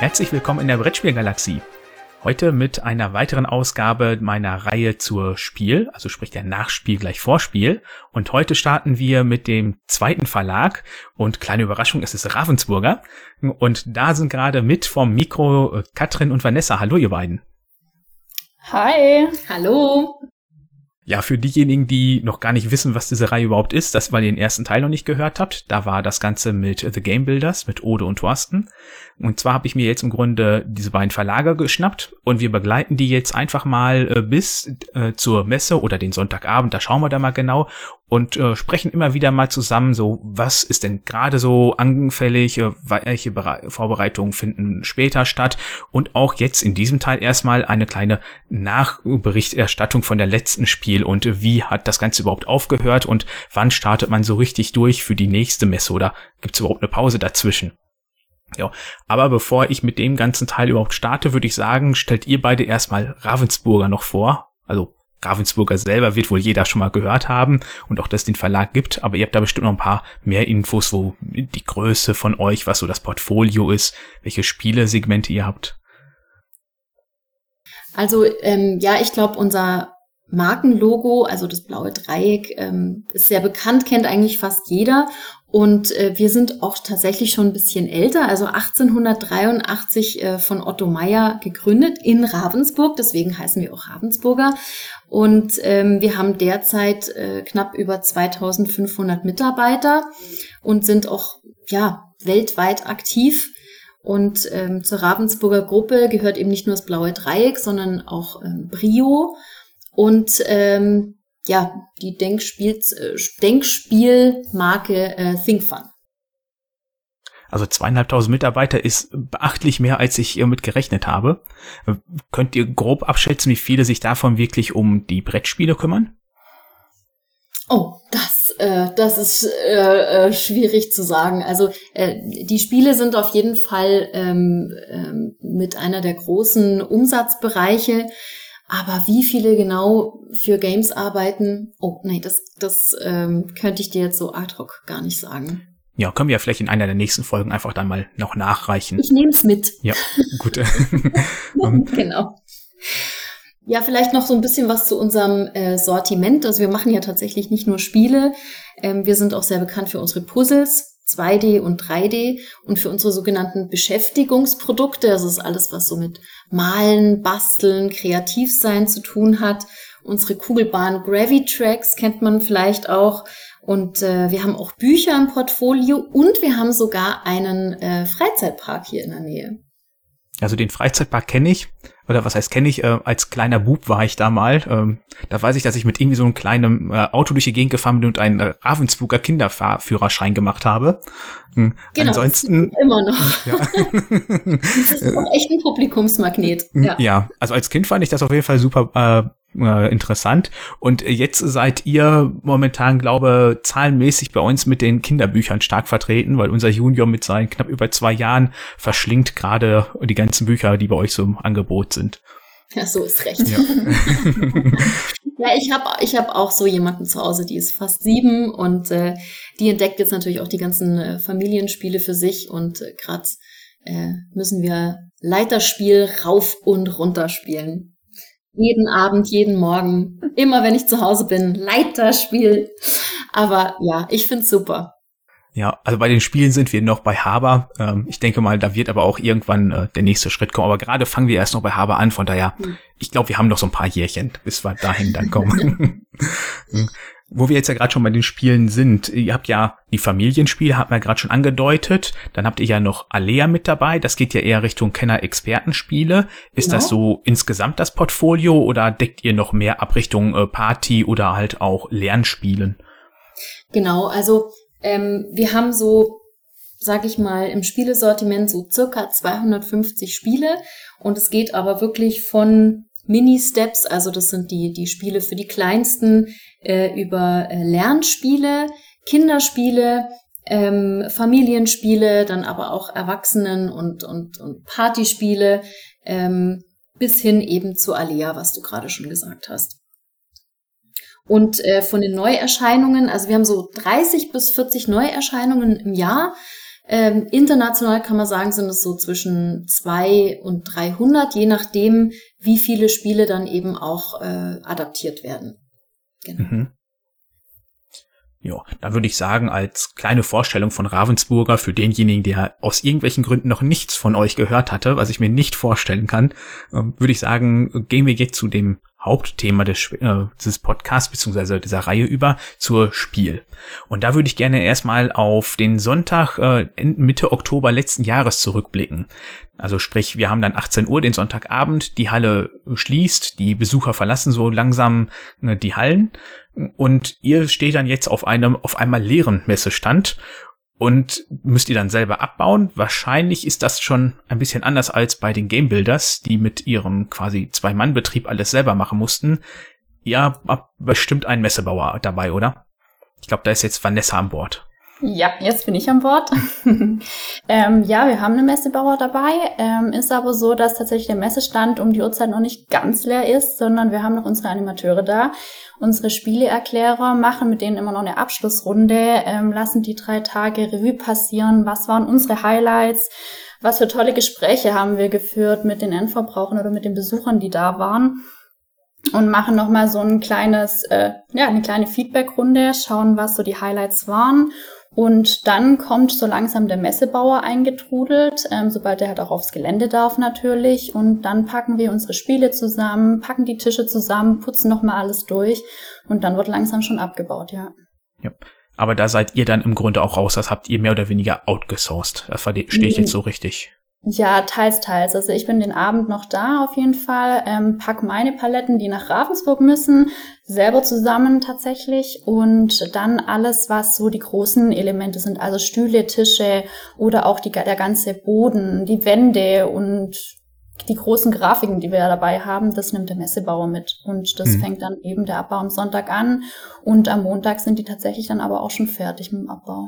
Herzlich willkommen in der Brettspielgalaxie. Heute mit einer weiteren Ausgabe meiner Reihe zur Spiel, also sprich der Nachspiel gleich Vorspiel. Und heute starten wir mit dem zweiten Verlag und kleine Überraschung, es ist Ravensburger. Und da sind gerade mit vom Mikro Katrin und Vanessa. Hallo ihr beiden. Hi. Hallo. Ja, für diejenigen, die noch gar nicht wissen, was diese Reihe überhaupt ist, das, weil ihr den ersten Teil noch nicht gehört habt, da war das Ganze mit The Game Builders, mit Ode und Thorsten. Und zwar habe ich mir jetzt im Grunde diese beiden Verlage geschnappt und wir begleiten die jetzt einfach mal bis zur Messe oder den Sonntagabend, da schauen wir da mal genau und sprechen immer wieder mal zusammen, so was ist denn gerade so anfällig, welche Vorbereitungen finden später statt und auch jetzt in diesem Teil erstmal eine kleine Nachberichterstattung von der letzten Spiel und wie hat das Ganze überhaupt aufgehört und wann startet man so richtig durch für die nächste Messe oder gibt es überhaupt eine Pause dazwischen? Ja, aber bevor ich mit dem ganzen Teil überhaupt starte, würde ich sagen, stellt ihr beide erstmal Ravensburger noch vor. Also Ravensburger selber wird wohl jeder schon mal gehört haben und auch, dass es den Verlag gibt, aber ihr habt da bestimmt noch ein paar mehr Infos, wo die Größe von euch, was so das Portfolio ist, welche Spielesegmente ihr habt. Also ich glaube, unser Markenlogo, also das blaue Dreieck, ist sehr bekannt, kennt eigentlich fast jeder. Und wir sind auch tatsächlich schon ein bisschen älter, also 1883 von Otto Meyer gegründet in Ravensburg, deswegen heißen wir auch Ravensburger. Und wir haben derzeit knapp über 2500 Mitarbeiter und sind auch weltweit aktiv. Und zur Ravensburger Gruppe gehört eben nicht nur das blaue Dreieck, sondern auch Brio und die Denkspielmarke ThinkFun. Also 2500 Mitarbeiter ist beachtlich mehr, als ich mit gerechnet habe. Könnt ihr grob abschätzen, wie viele sich davon wirklich um die Brettspiele kümmern? Oh, das ist schwierig zu sagen. Also die Spiele sind auf jeden Fall mit einer der großen Umsatzbereiche. Aber wie viele genau für Games arbeiten? Oh, nee, das könnte ich dir jetzt so ad hoc gar nicht sagen. Ja, können wir ja vielleicht in einer der nächsten Folgen einfach dann mal noch nachreichen. Ich nehme es mit. Ja, gut. Genau. Ja, vielleicht noch so ein bisschen was zu unserem Sortiment. Also wir machen ja tatsächlich nicht nur Spiele. Wir sind auch sehr bekannt für unsere Puzzles, 2D und 3D und für unsere sogenannten Beschäftigungsprodukte. Also das ist alles, was so mit Malen, Basteln, Kreativsein zu tun hat. Unsere Kugelbahn Gravitrax kennt man vielleicht auch. Und wir haben auch Bücher im Portfolio und wir haben sogar einen Freizeitpark hier in der Nähe. Also den Freizeitpark kenne ich, oder was heißt kenne ich, als kleiner Bub war ich da mal. Da weiß ich, dass ich mit irgendwie so einem kleinen Auto durch die Gegend gefahren bin und einen Ravensburger Kinderführerschein gemacht habe. Genau, ansonsten immer noch. Ja. Das ist auch echt ein Publikumsmagnet. Ja, also als Kind fand ich das auf jeden Fall super interessant. Und jetzt seid ihr momentan, glaube zahlenmäßig bei uns mit den Kinderbüchern stark vertreten, weil unser Junior mit seinen knapp über 2 Jahren verschlingt gerade die ganzen Bücher, die bei euch so im Angebot sind. Ja, so ist recht. Ja, ich hab auch so jemanden zu Hause, die ist fast 7 und die entdeckt jetzt natürlich auch die ganzen Familienspiele für sich und gerade müssen wir Leiterspiel rauf und runter spielen. Jeden Abend, jeden Morgen, immer wenn ich zu Hause bin, Leiterspiel. Aber ja, ich find's super. Ja, also bei den Spielen sind wir noch bei Haber. Ich denke mal, da wird aber auch irgendwann der nächste Schritt kommen. Aber gerade fangen wir erst noch bei Haber an. Von daher, ich glaube, wir haben noch so ein paar Jährchen, bis wir dahin dann kommen. Wo wir jetzt ja gerade schon bei den Spielen sind, ihr habt ja die Familienspiele, hat man gerade schon angedeutet. Dann habt ihr ja noch Alea mit dabei. Das geht ja eher Richtung Kenner-Expertenspiele. Ist das so insgesamt das Portfolio oder deckt ihr noch mehr ab Richtung Party oder halt auch Lernspielen? Genau, also wir haben so, sag ich mal, im Spielesortiment so circa 250 Spiele und es geht aber wirklich von Mini-Steps, also das sind die Spiele für die Kleinsten, über Lernspiele, Kinderspiele, Familienspiele, dann aber auch Erwachsenen- und Partyspiele, bis hin eben zu Alea, was du gerade schon gesagt hast. Und von den Neuerscheinungen, also wir haben so 30 bis 40 Neuerscheinungen im Jahr. International kann man sagen, sind es so zwischen 200 und 300, je nachdem, wie viele Spiele dann eben auch adaptiert werden. Genau. Mhm. Ja, dann würde ich sagen, als kleine Vorstellung von Ravensburger für denjenigen, der aus irgendwelchen Gründen noch nichts von euch gehört hatte, was ich mir nicht vorstellen kann, würde ich sagen, gehen wir jetzt zu dem Hauptthema dieses Podcasts beziehungsweise dieser Reihe über, zur Spiel. Und da würde ich gerne erstmal auf den Sonntag Mitte Oktober letzten Jahres zurückblicken. Also sprich, wir haben dann 18 Uhr den Sonntagabend, die Halle schließt, die Besucher verlassen so langsam die Hallen und ihr steht dann jetzt auf einem auf einmal leeren Messestand und müsst ihr dann selber abbauen. Wahrscheinlich ist das schon ein bisschen anders als bei den Game Builders, die mit ihrem quasi Zwei-Mann-Betrieb alles selber machen mussten. Ihr habt bestimmt einen Messebauer dabei, oder? Ich glaube, da ist jetzt Vanessa an Bord. Ja, jetzt bin ich an Bord. Ja, wir haben einen Messebauer dabei. Ist aber so, dass tatsächlich der Messestand um die Uhrzeit noch nicht ganz leer ist, sondern wir haben noch unsere Animateure da. Unsere Spieleerklärer machen mit denen immer noch eine Abschlussrunde, lassen die 3 Tage Revue passieren. Was waren unsere Highlights? Was für tolle Gespräche haben wir geführt mit den Endverbrauchern oder mit den Besuchern, die da waren? Und machen nochmal so ein kleines, eine kleine Feedbackrunde, schauen, was so die Highlights waren. Und dann kommt so langsam der Messebauer eingetrudelt, sobald er halt auch aufs Gelände darf natürlich. Und dann packen wir unsere Spiele zusammen, packen die Tische zusammen, putzen nochmal alles durch und dann wird langsam schon abgebaut, ja. Ja. Aber da seid ihr dann im Grunde auch raus, das habt ihr mehr oder weniger outgesourced. Das verstehe ich jetzt so richtig. Ja, teils, teils. Also ich bin den Abend noch da auf jeden Fall, pack meine Paletten, die nach Ravensburg müssen, selber zusammen tatsächlich und dann alles, was so die großen Elemente sind, also Stühle, Tische oder auch der ganze Boden, die Wände und die großen Grafiken, die wir ja dabei haben, das nimmt der Messebauer mit und das fängt dann eben der Abbau am Sonntag an und am Montag sind die tatsächlich dann aber auch schon fertig mit dem Abbau.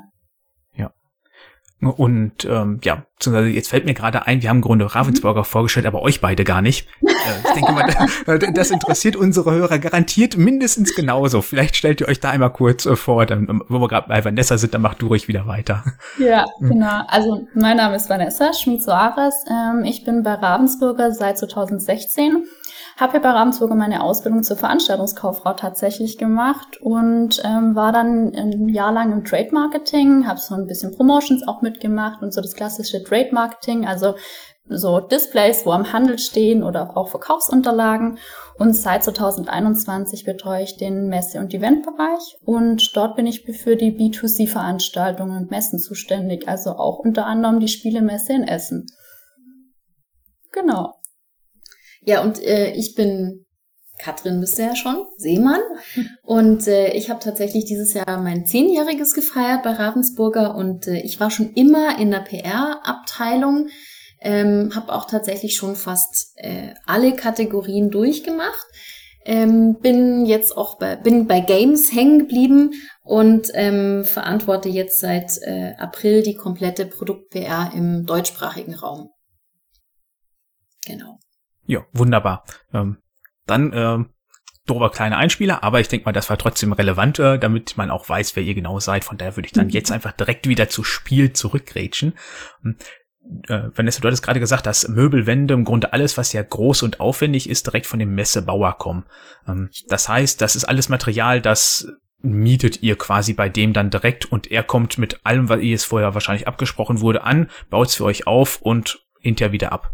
Und beziehungsweise jetzt fällt mir gerade ein, wir haben im Grunde Ravensburger vorgestellt, aber euch beide gar nicht. Ich denke mal, das interessiert unsere Hörer garantiert mindestens genauso. Vielleicht stellt ihr euch da einmal kurz vor, dann, wo wir gerade bei Vanessa sind, dann macht du ruhig wieder weiter. Ja, genau. Also mein Name ist Vanessa Schmid-Soares. Ich bin bei Ravensburger seit 2016. Habe hier bei Ravensburger meine Ausbildung zur Veranstaltungskauffrau tatsächlich gemacht und war dann ein Jahr lang im Trade Marketing, habe so ein bisschen Promotions auch mitgemacht und so das klassische Trade Marketing, also so Displays, wo am Handel stehen oder auch Verkaufsunterlagen. Und seit 2021 betreue ich den Messe- und Eventbereich und dort bin ich für die B2C-Veranstaltungen und Messen zuständig, also auch unter anderem die Spielemesse in Essen. Genau. Ja, und ich bin Katrin, wisst ihr ja schon, Seemann. Und ich habe tatsächlich dieses Jahr mein 10-jähriges gefeiert bei Ravensburger und ich war schon immer in der PR-Abteilung, habe auch tatsächlich schon fast alle Kategorien durchgemacht. Bin jetzt auch bei Games hängen geblieben und verantworte jetzt seit April die komplette Produkt-PR im deutschsprachigen Raum. Genau. Ja, wunderbar. Dann dober kleiner Einspieler, aber ich denke mal, das war trotzdem relevant, damit man auch weiß, wer ihr genau seid. Von daher würde ich dann jetzt einfach direkt wieder zu Spiel zurückgrätschen. Vanessa, du hattest gerade gesagt, dass Möbelwände, im Grunde alles, was ja groß und aufwendig ist, direkt von dem Messebauer kommen. Das heißt, das ist alles Material, das mietet ihr quasi bei dem dann direkt und er kommt mit allem, was ihr es vorher wahrscheinlich abgesprochen wurde, an, baut es für euch auf und hinterher wieder ab.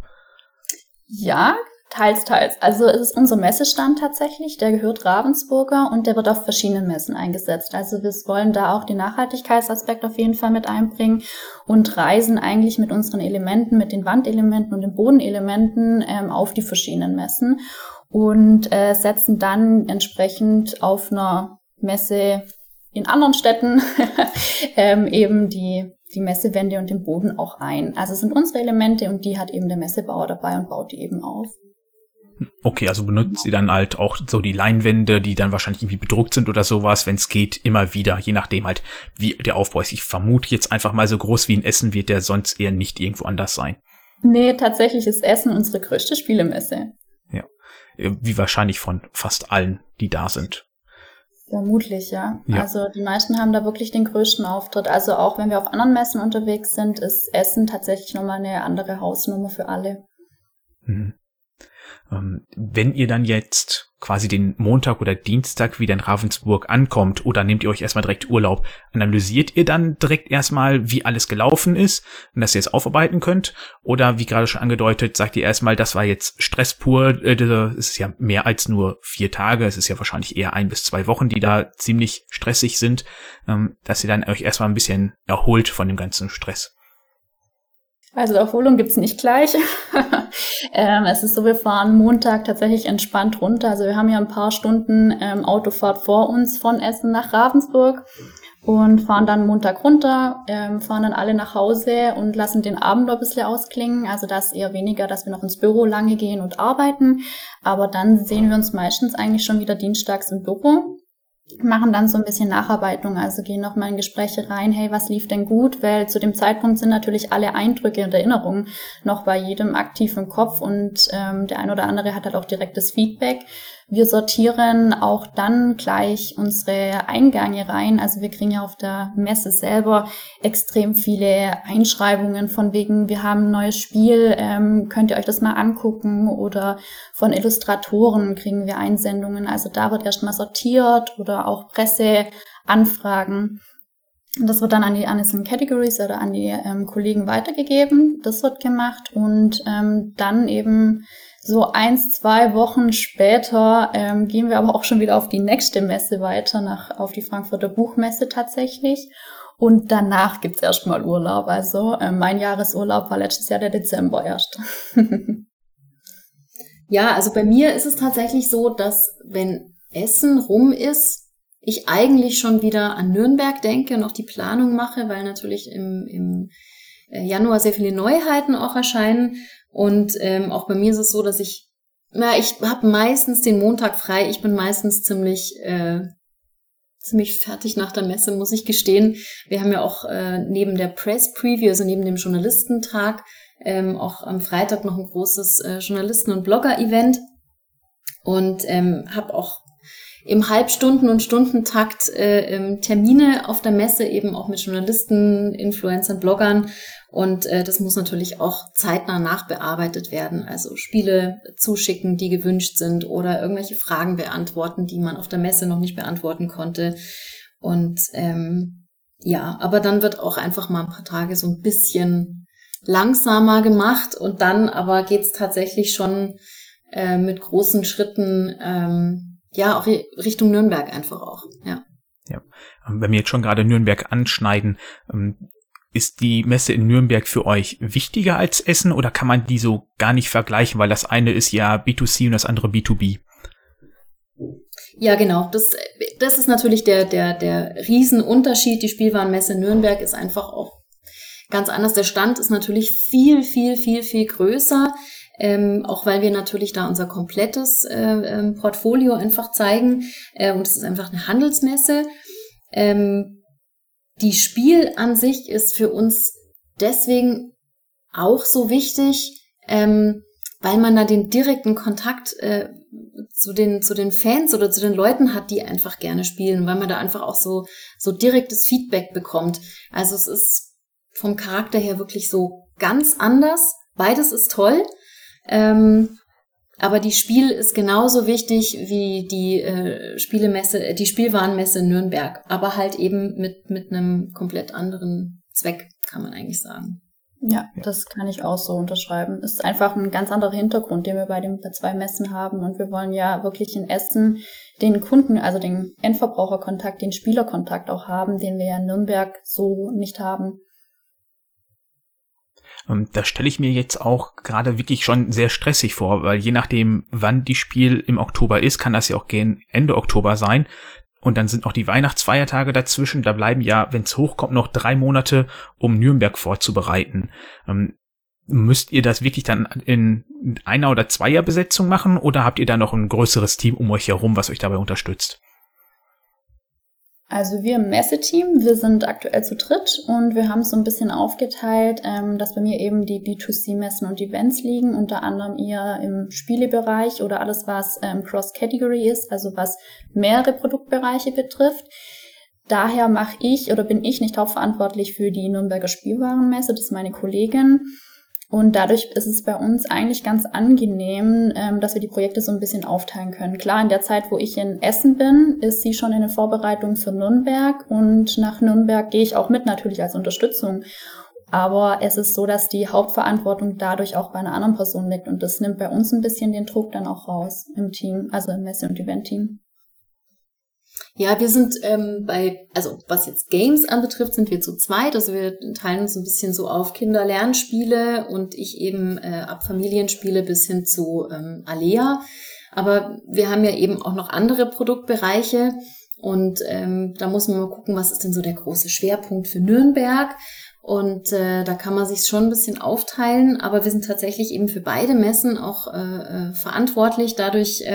Ja, teils, teils. Also es ist unser Messestand tatsächlich, der gehört Ravensburger und der wird auf verschiedenen Messen eingesetzt. Also wir wollen da auch den Nachhaltigkeitsaspekt auf jeden Fall mit einbringen und reisen eigentlich mit unseren Elementen, mit den Wandelementen und den Bodenelementen auf die verschiedenen Messen und setzen dann entsprechend auf einer Messe in anderen Städten eben die Messewände und den Boden auch ein. Also es sind unsere Elemente und die hat eben der Messebauer dabei und baut die eben auf. Okay, also benutzt sie dann halt auch so die Leinwände, die dann wahrscheinlich irgendwie bedruckt sind oder sowas, wenn es geht, immer wieder, je nachdem halt, wie der Aufbau ist. Ich vermute jetzt einfach mal, so groß wie in Essen wird der sonst eher nicht irgendwo anders sein. Nee, tatsächlich ist Essen unsere größte Spielemesse. Ja, wie wahrscheinlich von fast allen, die da sind. Vermutlich, ja. Also die meisten haben da wirklich den größten Auftritt. Also auch wenn wir auf anderen Messen unterwegs sind, ist Essen tatsächlich nochmal eine andere Hausnummer für alle. Mhm. Wenn ihr dann jetzt quasi den Montag oder Dienstag wieder in Ravensburg ankommt oder nehmt ihr euch erstmal direkt Urlaub, analysiert ihr dann direkt erstmal, wie alles gelaufen ist und dass ihr es aufarbeiten könnt? Oder wie gerade schon angedeutet, sagt ihr erstmal, das war jetzt Stress pur, es ist ja mehr als nur 4 Tage, es ist ja wahrscheinlich eher 1 bis 2 Wochen, die da ziemlich stressig sind, dass ihr dann euch erstmal ein bisschen erholt von dem ganzen Stress? Also Erholung gibt's nicht gleich. Es ist so, wir fahren Montag tatsächlich entspannt runter. Also wir haben ja ein paar Stunden Autofahrt vor uns von Essen nach Ravensburg und fahren dann Montag runter, fahren dann alle nach Hause und lassen den Abend ein bisschen ausklingen. Also das ist eher weniger, dass wir noch ins Büro lange gehen und arbeiten. Aber dann sehen wir uns meistens eigentlich schon wieder dienstags im Büro. Machen dann so ein bisschen Nacharbeitung, also gehen nochmal in Gespräche rein, hey, was lief denn gut, weil zu dem Zeitpunkt sind natürlich alle Eindrücke und Erinnerungen noch bei jedem aktiv im Kopf und der ein oder andere hat halt auch direktes Feedback. Wir sortieren auch dann gleich unsere Eingänge rein, also wir kriegen ja auf der Messe selber extrem viele Einschreibungen von wegen, wir haben ein neues Spiel, könnt ihr euch das mal angucken, oder von Illustratoren kriegen wir Einsendungen, also da wird erstmal sortiert oder auch Presseanfragen. Das wird dann an die einzelnen Categories oder an die Kollegen weitergegeben, das wird gemacht und dann eben so 1-2 Wochen später gehen wir aber auch schon wieder auf die nächste Messe weiter, auf die Frankfurter Buchmesse tatsächlich. Und danach gibt's erstmal Urlaub. Also mein Jahresurlaub war letztes Jahr der Dezember erst. Ja, also bei mir ist es tatsächlich so, dass wenn Essen rum ist, ich eigentlich schon wieder an Nürnberg denke und auch die Planung mache, weil natürlich im Januar sehr viele Neuheiten auch erscheinen. Und auch bei mir ist es so, dass ich habe meistens den Montag frei. Ich bin meistens ziemlich fertig nach der Messe, muss ich gestehen. Wir haben ja auch neben der Press Preview, also neben dem Journalistentag, auch am Freitag noch ein großes Journalisten- und Blogger-Event und habe auch im Halbstunden- und Stundentakt Termine auf der Messe, eben auch mit Journalisten, Influencern, Bloggern. Und das muss natürlich auch zeitnah nachbearbeitet werden. Also Spiele zuschicken, die gewünscht sind, oder irgendwelche Fragen beantworten, die man auf der Messe noch nicht beantworten konnte. Und aber dann wird auch einfach mal ein paar Tage so ein bisschen langsamer gemacht. Und dann aber geht's tatsächlich schon mit großen Schritten auch Richtung Nürnberg einfach auch, ja. Ja, wenn wir jetzt schon gerade Nürnberg anschneiden, ist die Messe in Nürnberg für euch wichtiger als Essen oder kann man die so gar nicht vergleichen, weil das eine ist ja B2C und das andere B2B? Ja, genau. Das ist natürlich der Riesenunterschied. Die Spielwarenmesse Nürnberg ist einfach auch ganz anders. Der Stand ist natürlich viel, viel, viel, viel größer. Auch weil wir natürlich da unser komplettes Portfolio einfach zeigen. Und es ist einfach eine Handelsmesse. Die Spiel an sich ist für uns deswegen auch so wichtig, weil man da den direkten Kontakt zu den Fans oder zu den Leuten hat, die einfach gerne spielen, weil man da einfach auch so direktes Feedback bekommt. Also es ist vom Charakter her wirklich so ganz anders. Beides ist toll. Aber die Spiel ist genauso wichtig wie die die Spielwarenmesse in Nürnberg, aber halt eben mit einem komplett anderen Zweck, kann man eigentlich sagen. Ja, das kann ich auch so unterschreiben. Es ist einfach ein ganz anderer Hintergrund, den wir bei 2 Messen haben, und wir wollen ja wirklich in Essen den Kunden, also den Endverbraucherkontakt, den Spielerkontakt auch haben, den wir ja in Nürnberg so nicht haben. Da stelle ich mir jetzt auch gerade wirklich schon sehr stressig vor, weil je nachdem, wann die Spiel im Oktober ist, kann das ja auch gegen Ende Oktober sein. Und dann sind noch die Weihnachtsfeiertage dazwischen. Da bleiben ja, wenn es hochkommt, noch 3 Monate, um Nürnberg vorzubereiten. Müsst ihr das wirklich dann in 1er- oder 2er-Besetzung machen oder habt ihr da noch ein größeres Team um euch herum, was euch dabei unterstützt? Also wir im Messeteam, wir sind aktuell zu dritt und wir haben es so ein bisschen aufgeteilt, dass bei mir eben die B2C-Messen und Events liegen, unter anderem eher im Spielebereich oder alles, was Cross-Category ist, also was mehrere Produktbereiche betrifft. Daher bin ich nicht hauptverantwortlich für die Nürnberger Spielwarenmesse, das ist meine Kollegin. Und dadurch ist es bei uns eigentlich ganz angenehm, dass wir die Projekte so ein bisschen aufteilen können. Klar, in der Zeit, wo ich in Essen bin, ist sie schon in der Vorbereitung für Nürnberg. Und nach Nürnberg gehe ich auch mit, natürlich als Unterstützung. Aber es ist so, dass die Hauptverantwortung dadurch auch bei einer anderen Person liegt. Und das nimmt bei uns ein bisschen den Druck dann auch raus im Team, also im Messe- und Event-Team. Ja, wir sind was jetzt Games anbetrifft, sind wir zu zweit. Also wir teilen uns ein bisschen so auf Kinder-Lernspiele und ich eben ab Familienspiele bis hin zu Alea. Aber wir haben ja eben auch noch andere Produktbereiche und da muss man mal gucken, was ist denn so der große Schwerpunkt für Nürnberg. Und da kann man sich schon ein bisschen aufteilen, aber wir sind tatsächlich eben für beide Messen auch verantwortlich. Dadurch,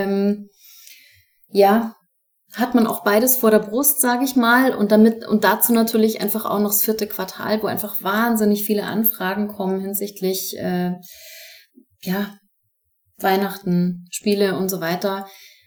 hat man auch beides vor der Brust, sage ich mal, und dazu natürlich einfach auch noch das 4. Quartal, wo einfach wahnsinnig viele Anfragen kommen hinsichtlich Weihnachten, Spiele und so weiter.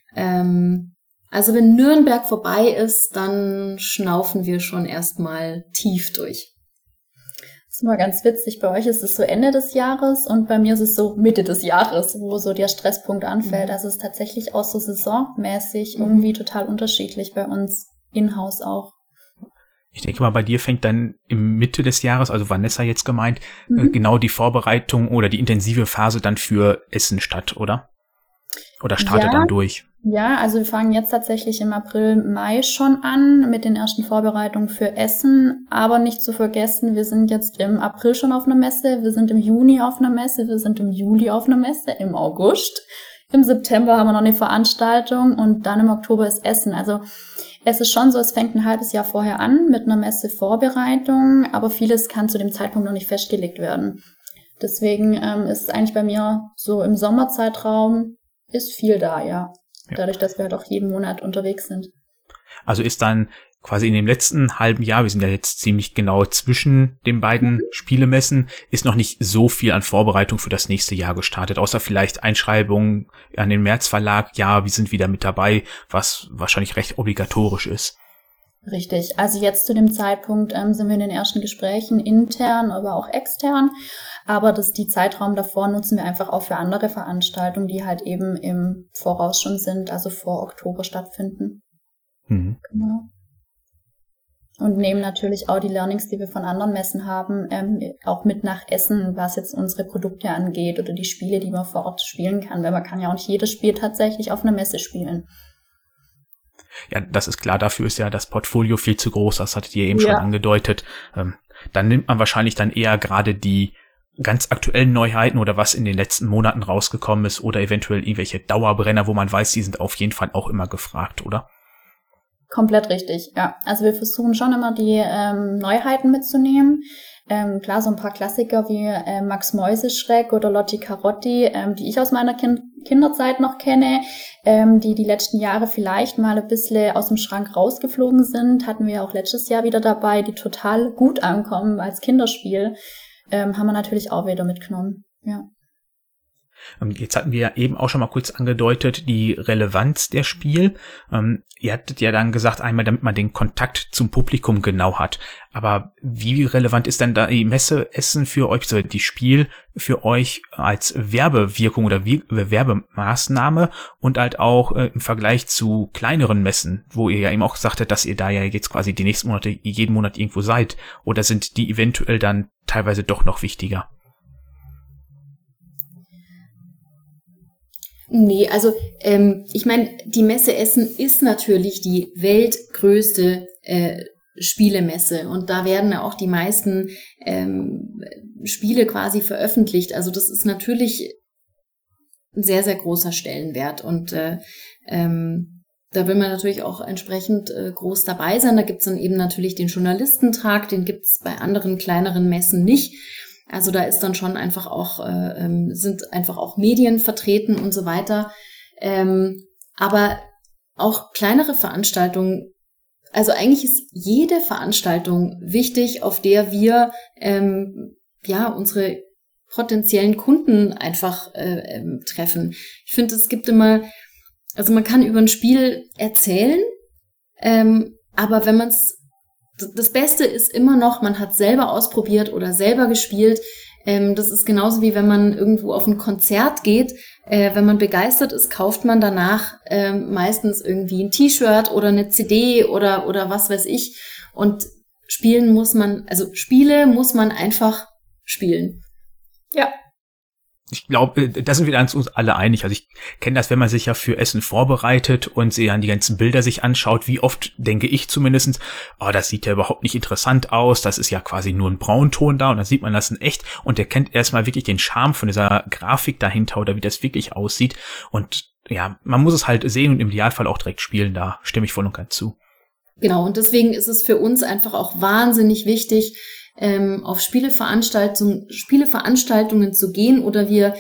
Also wenn Nürnberg vorbei ist, dann schnaufen wir schon erstmal tief durch. Das ist mal ganz witzig. Bei euch ist es so Ende des Jahres und bei mir ist es so Mitte des Jahres, wo so der Stresspunkt anfällt. Also es ist tatsächlich auch so saisonmäßig irgendwie total unterschiedlich bei uns in-house auch. Ich denke mal, bei dir fängt dann im Mitte des Jahres, also Vanessa jetzt gemeint, genau die Vorbereitung oder die intensive Phase dann für Essen statt, oder? Oder startet dann durch? Ja, also wir fangen jetzt tatsächlich im April, Mai schon an mit den ersten Vorbereitungen für Essen. Aber nicht zu vergessen, wir sind jetzt im April schon auf einer Messe, wir sind im Juni auf einer Messe, wir sind im Juli auf einer Messe, im August. Im September haben wir noch eine Veranstaltung und dann im Oktober ist Essen. Also es ist schon so, es fängt ein halbes Jahr vorher an mit einer Messevorbereitung, aber vieles kann zu dem Zeitpunkt noch nicht festgelegt werden. Deswegen ist es eigentlich bei mir so im Sommerzeitraum ist viel da, ja. Dadurch, dass wir halt auch jeden Monat unterwegs sind. Also ist dann quasi in dem letzten halben Jahr, wir sind ja jetzt ziemlich genau zwischen den beiden Spielemessen, ist noch nicht so viel an Vorbereitung für das nächste Jahr gestartet, außer vielleicht Einschreibungen an den März Verlag. Ja, wir sind wieder mit dabei, was wahrscheinlich recht obligatorisch ist. Richtig. Also jetzt zu dem Zeitpunkt sind wir in den ersten Gesprächen intern, aber auch extern. Aber die Zeitraum davor nutzen wir einfach auch für andere Veranstaltungen, die halt eben im Voraus schon sind, also vor Oktober stattfinden. Genau. Und nehmen natürlich auch die Learnings, die wir von anderen Messen haben, auch mit nach Essen, was jetzt unsere Produkte angeht oder die Spiele, die man vor Ort spielen kann. Weil man kann ja auch nicht jedes Spiel tatsächlich auf einer Messe spielen. Ja, das ist klar, dafür ist ja das Portfolio viel zu groß, das hattet ihr eben schon angedeutet. Dann nimmt man wahrscheinlich dann eher gerade die ganz aktuellen Neuheiten oder was in den letzten Monaten rausgekommen ist oder eventuell irgendwelche Dauerbrenner, wo man weiß, die sind auf jeden Fall auch immer gefragt, oder? Komplett richtig, ja. Also wir versuchen schon immer die Neuheiten mitzunehmen. Klar, so ein paar Klassiker wie Max Mäuseschreck oder Lotti Carotti, die ich aus meiner Kinderzeit noch kenne, die letzten Jahre vielleicht mal ein bisschen aus dem Schrank rausgeflogen sind, hatten wir auch letztes Jahr wieder dabei, die total gut ankommen als Kinderspiel, haben wir natürlich auch wieder mitgenommen, ja. Jetzt hatten wir ja eben auch schon mal kurz angedeutet, die Relevanz der Spiel. Ihr hattet ja dann gesagt, einmal, damit man den Kontakt zum Publikum genau hat. Aber wie relevant ist denn da die Messe Essen für euch, also die Spiel für euch als Werbewirkung oder Werbemaßnahme und halt auch im Vergleich zu kleineren Messen, wo ihr ja eben auch gesagt habt, dass ihr da ja jetzt quasi die nächsten Monate, jeden Monat irgendwo seid? Oder sind die eventuell dann teilweise doch noch wichtiger? Nee, also ich meine, die Messe Essen ist natürlich die weltgrößte Spielemesse und da werden ja auch die meisten Spiele quasi veröffentlicht. Also das ist natürlich ein sehr, sehr großer Stellenwert und da will man natürlich auch entsprechend groß dabei sein. Da gibt's dann eben natürlich den Journalistentag, den gibt's bei anderen kleineren Messen nicht. Also da ist dann schon einfach auch, sind einfach auch Medien vertreten und so weiter. Aber auch kleinere Veranstaltungen also eigentlich ist jede Veranstaltung wichtig, auf der wir unsere potenziellen Kunden einfach treffen. Ich finde, es gibt immer, also man kann über ein Spiel erzählen, aber wenn das Beste ist immer noch, man hat selber ausprobiert oder selber gespielt. Das ist genauso wie wenn man irgendwo auf ein Konzert geht. Wenn man begeistert ist, kauft man danach meistens irgendwie ein T-Shirt oder eine CD oder was weiß ich. Und Spiele muss man einfach spielen. Ja. Ich glaube, da sind wir uns alle einig. Also ich kenne das, wenn man sich ja für Essen vorbereitet und sich dann die ganzen Bilder sich anschaut, wie oft denke ich zumindest, das sieht ja überhaupt nicht interessant aus, das ist ja quasi nur ein Braunton da und dann sieht man das in echt und der kennt erstmal wirklich den Charme von dieser Grafik dahinter oder wie das wirklich aussieht und ja, man muss es halt sehen und im Idealfall auch direkt spielen, da stimme ich voll und ganz zu. Genau, und deswegen ist es für uns einfach auch wahnsinnig wichtig, auf Spieleveranstaltungen zu gehen oder wir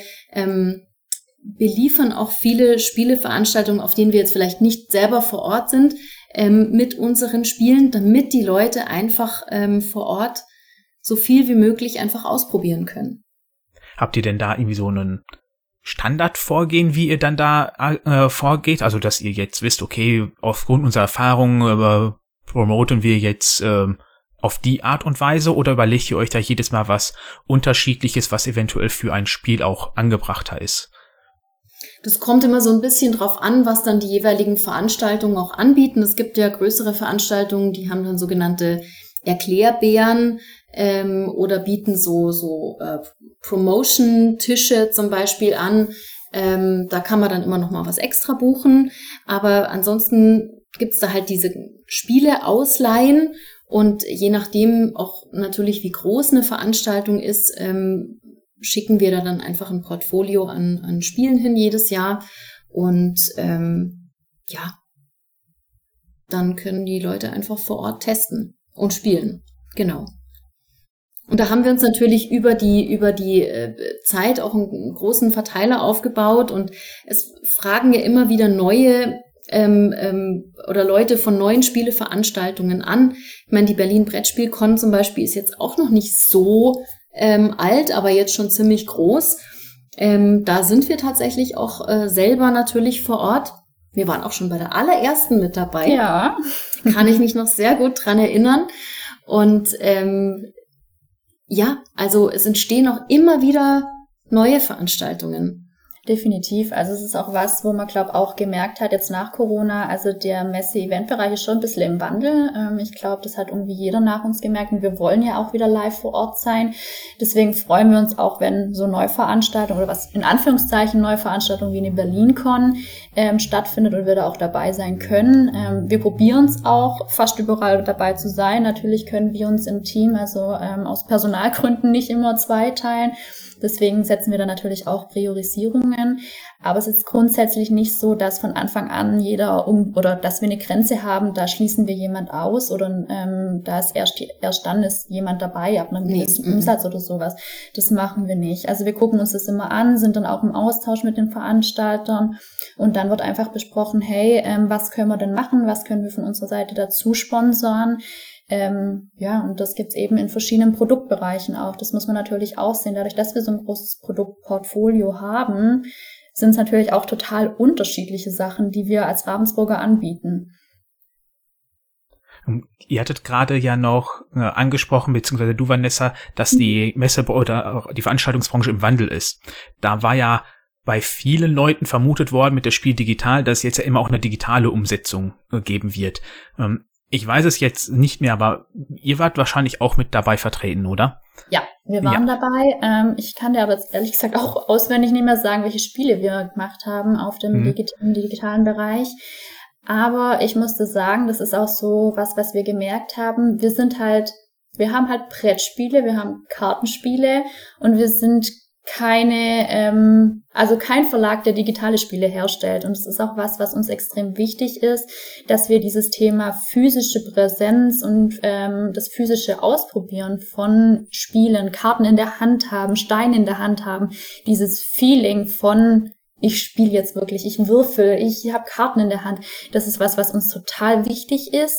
beliefern auch viele Spieleveranstaltungen, auf denen wir jetzt vielleicht nicht selber vor Ort sind, mit unseren Spielen, damit die Leute einfach vor Ort so viel wie möglich einfach ausprobieren können. Habt ihr denn da irgendwie so einen Standardvorgehen, wie ihr dann da vorgeht? Also, dass ihr jetzt wisst, okay, aufgrund unserer Erfahrungen promoten wir jetzt auf die Art und Weise oder überlegt ihr euch da jedes Mal was Unterschiedliches, was eventuell für ein Spiel auch angebrachter ist? Das kommt immer so ein bisschen drauf an, was dann die jeweiligen Veranstaltungen auch anbieten. Es gibt ja größere Veranstaltungen, die haben dann sogenannte Erklärbären oder bieten so Promotion-Tische zum Beispiel an. Da kann man dann immer noch mal was extra buchen. Aber ansonsten gibt's da halt diese Spiele ausleihen. Und je nachdem auch natürlich, wie groß eine Veranstaltung ist, schicken wir da dann einfach ein Portfolio an Spielen hin jedes Jahr. Und dann können die Leute einfach vor Ort testen und spielen. Genau. Und da haben wir uns natürlich über die Zeit auch einen großen Verteiler aufgebaut. Und es fragen ja immer wieder neue oder Leute von neuen Spieleveranstaltungen an. Ich meine, die Berlin Brettspiel-Con zum Beispiel ist jetzt auch noch nicht so alt, aber jetzt schon ziemlich groß. Da sind wir tatsächlich auch selber natürlich vor Ort. Wir waren auch schon bei der allerersten mit dabei. Ja. Kann ich mich noch sehr gut dran erinnern. Und also es entstehen auch immer wieder neue Veranstaltungen. Definitiv. Also es ist auch was, wo man, glaube auch gemerkt hat, jetzt nach Corona, also der Messe-Event-Bereich ist schon ein bisschen im Wandel. Ich glaube, das hat irgendwie jeder nach uns gemerkt und wir wollen ja auch wieder live vor Ort sein. Deswegen freuen wir uns auch, wenn so Neuveranstaltungen oder was in Anführungszeichen Neuveranstaltungen wie eine Berlin-Con stattfindet und wir da auch dabei sein können. Wir probieren es auch, fast überall dabei zu sein. Natürlich können wir uns im Team, also aus Personalgründen nicht immer zweiteilen. Deswegen setzen wir da natürlich auch Priorisierungen. Aber es ist grundsätzlich nicht so, dass von Anfang an oder dass wir eine Grenze haben, da schließen wir jemand aus oder da ist erst dann ist jemand dabei ab einem gewissen Umsatz oder sowas. Das machen wir nicht. Also wir gucken uns das immer an, sind dann auch im Austausch mit den Veranstaltern und dann wird einfach besprochen, hey, was können wir denn machen? Was können wir von unserer Seite dazu sponsern? Und das gibt's eben in verschiedenen Produktbereichen auch. Das muss man natürlich auch sehen. Dadurch, dass wir so ein großes Produktportfolio haben, sind es natürlich auch total unterschiedliche Sachen, die wir als Ravensburger anbieten. Ihr hattet gerade ja noch angesprochen, beziehungsweise du, Vanessa, dass die Messe oder auch die Veranstaltungsbranche im Wandel ist. Da war ja bei vielen Leuten vermutet worden mit der Spiel digital, dass es jetzt ja immer auch eine digitale Umsetzung geben wird. Ich weiß es jetzt nicht mehr, aber ihr wart wahrscheinlich auch mit dabei vertreten, oder? Ja, wir waren dabei. Ich kann dir aber jetzt ehrlich gesagt auch auswendig nicht mehr sagen, welche Spiele wir gemacht haben auf dem digitalen Bereich. Aber ich musste sagen, das ist auch so was wir gemerkt haben. Wir haben halt Brettspiele, wir haben Kartenspiele und wir sind kein Verlag, der digitale Spiele herstellt. Und es ist auch was uns extrem wichtig ist, dass wir dieses Thema physische Präsenz und das physische Ausprobieren von Spielen, Karten in der Hand haben, Steine in der Hand haben, dieses Feeling von ich spiele jetzt wirklich, ich würfel, ich habe Karten in der Hand. Das ist was uns total wichtig ist.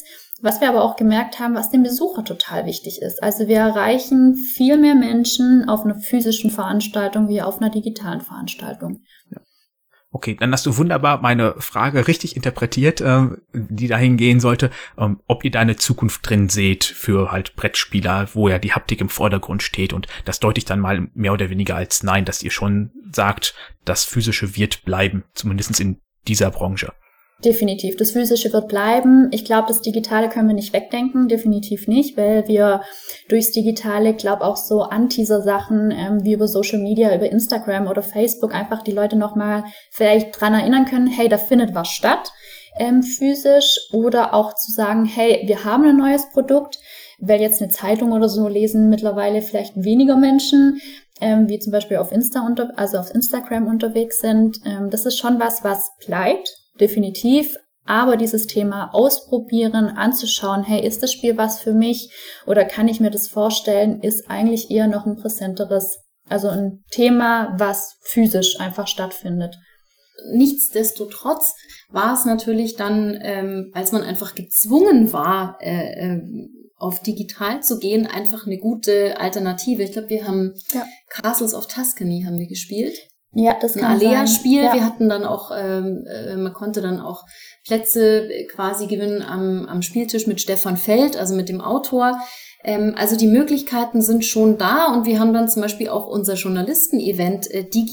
Was wir aber auch gemerkt haben, was dem Besucher total wichtig ist. Also wir erreichen viel mehr Menschen auf einer physischen Veranstaltung wie auf einer digitalen Veranstaltung. Okay, dann hast du wunderbar meine Frage richtig interpretiert, die dahin gehen sollte, ob ihr da eine Zukunft drin seht für halt Brettspieler, wo ja die Haptik im Vordergrund steht, und das deute ich dann mal mehr oder weniger als nein, dass ihr schon sagt, das Physische wird bleiben, zumindest in dieser Branche. Definitiv. Das Physische wird bleiben. Ich glaube, das Digitale können wir nicht wegdenken. Definitiv nicht, weil wir durchs Digitale, glaube auch so Anteaser-Sachen wie über Social Media, über Instagram oder Facebook einfach die Leute nochmal vielleicht dran erinnern können, hey, da findet was statt, physisch, oder auch zu sagen, hey, wir haben ein neues Produkt, weil jetzt eine Zeitung oder so lesen mittlerweile vielleicht weniger Menschen, wie zum Beispiel auf Instagram unterwegs sind. Das ist schon was bleibt. Definitiv, aber dieses Thema ausprobieren, anzuschauen, hey, ist das Spiel was für mich oder kann ich mir das vorstellen, ist eigentlich eher noch ein präsenteres, also ein Thema, was physisch einfach stattfindet. Nichtsdestotrotz war es natürlich dann, als man einfach gezwungen war, auf digital zu gehen, einfach eine gute Alternative. Ich glaube, wir haben Castles of Tuscany haben wir gespielt. Ja, das kann ein Alea-Spiel. Ja. Wir hatten dann auch, man konnte dann auch Plätze quasi gewinnen am Spieltisch mit Stefan Feld, also mit dem Autor. Also die Möglichkeiten sind schon da, und wir haben dann zum Beispiel auch unser Journalisten-Event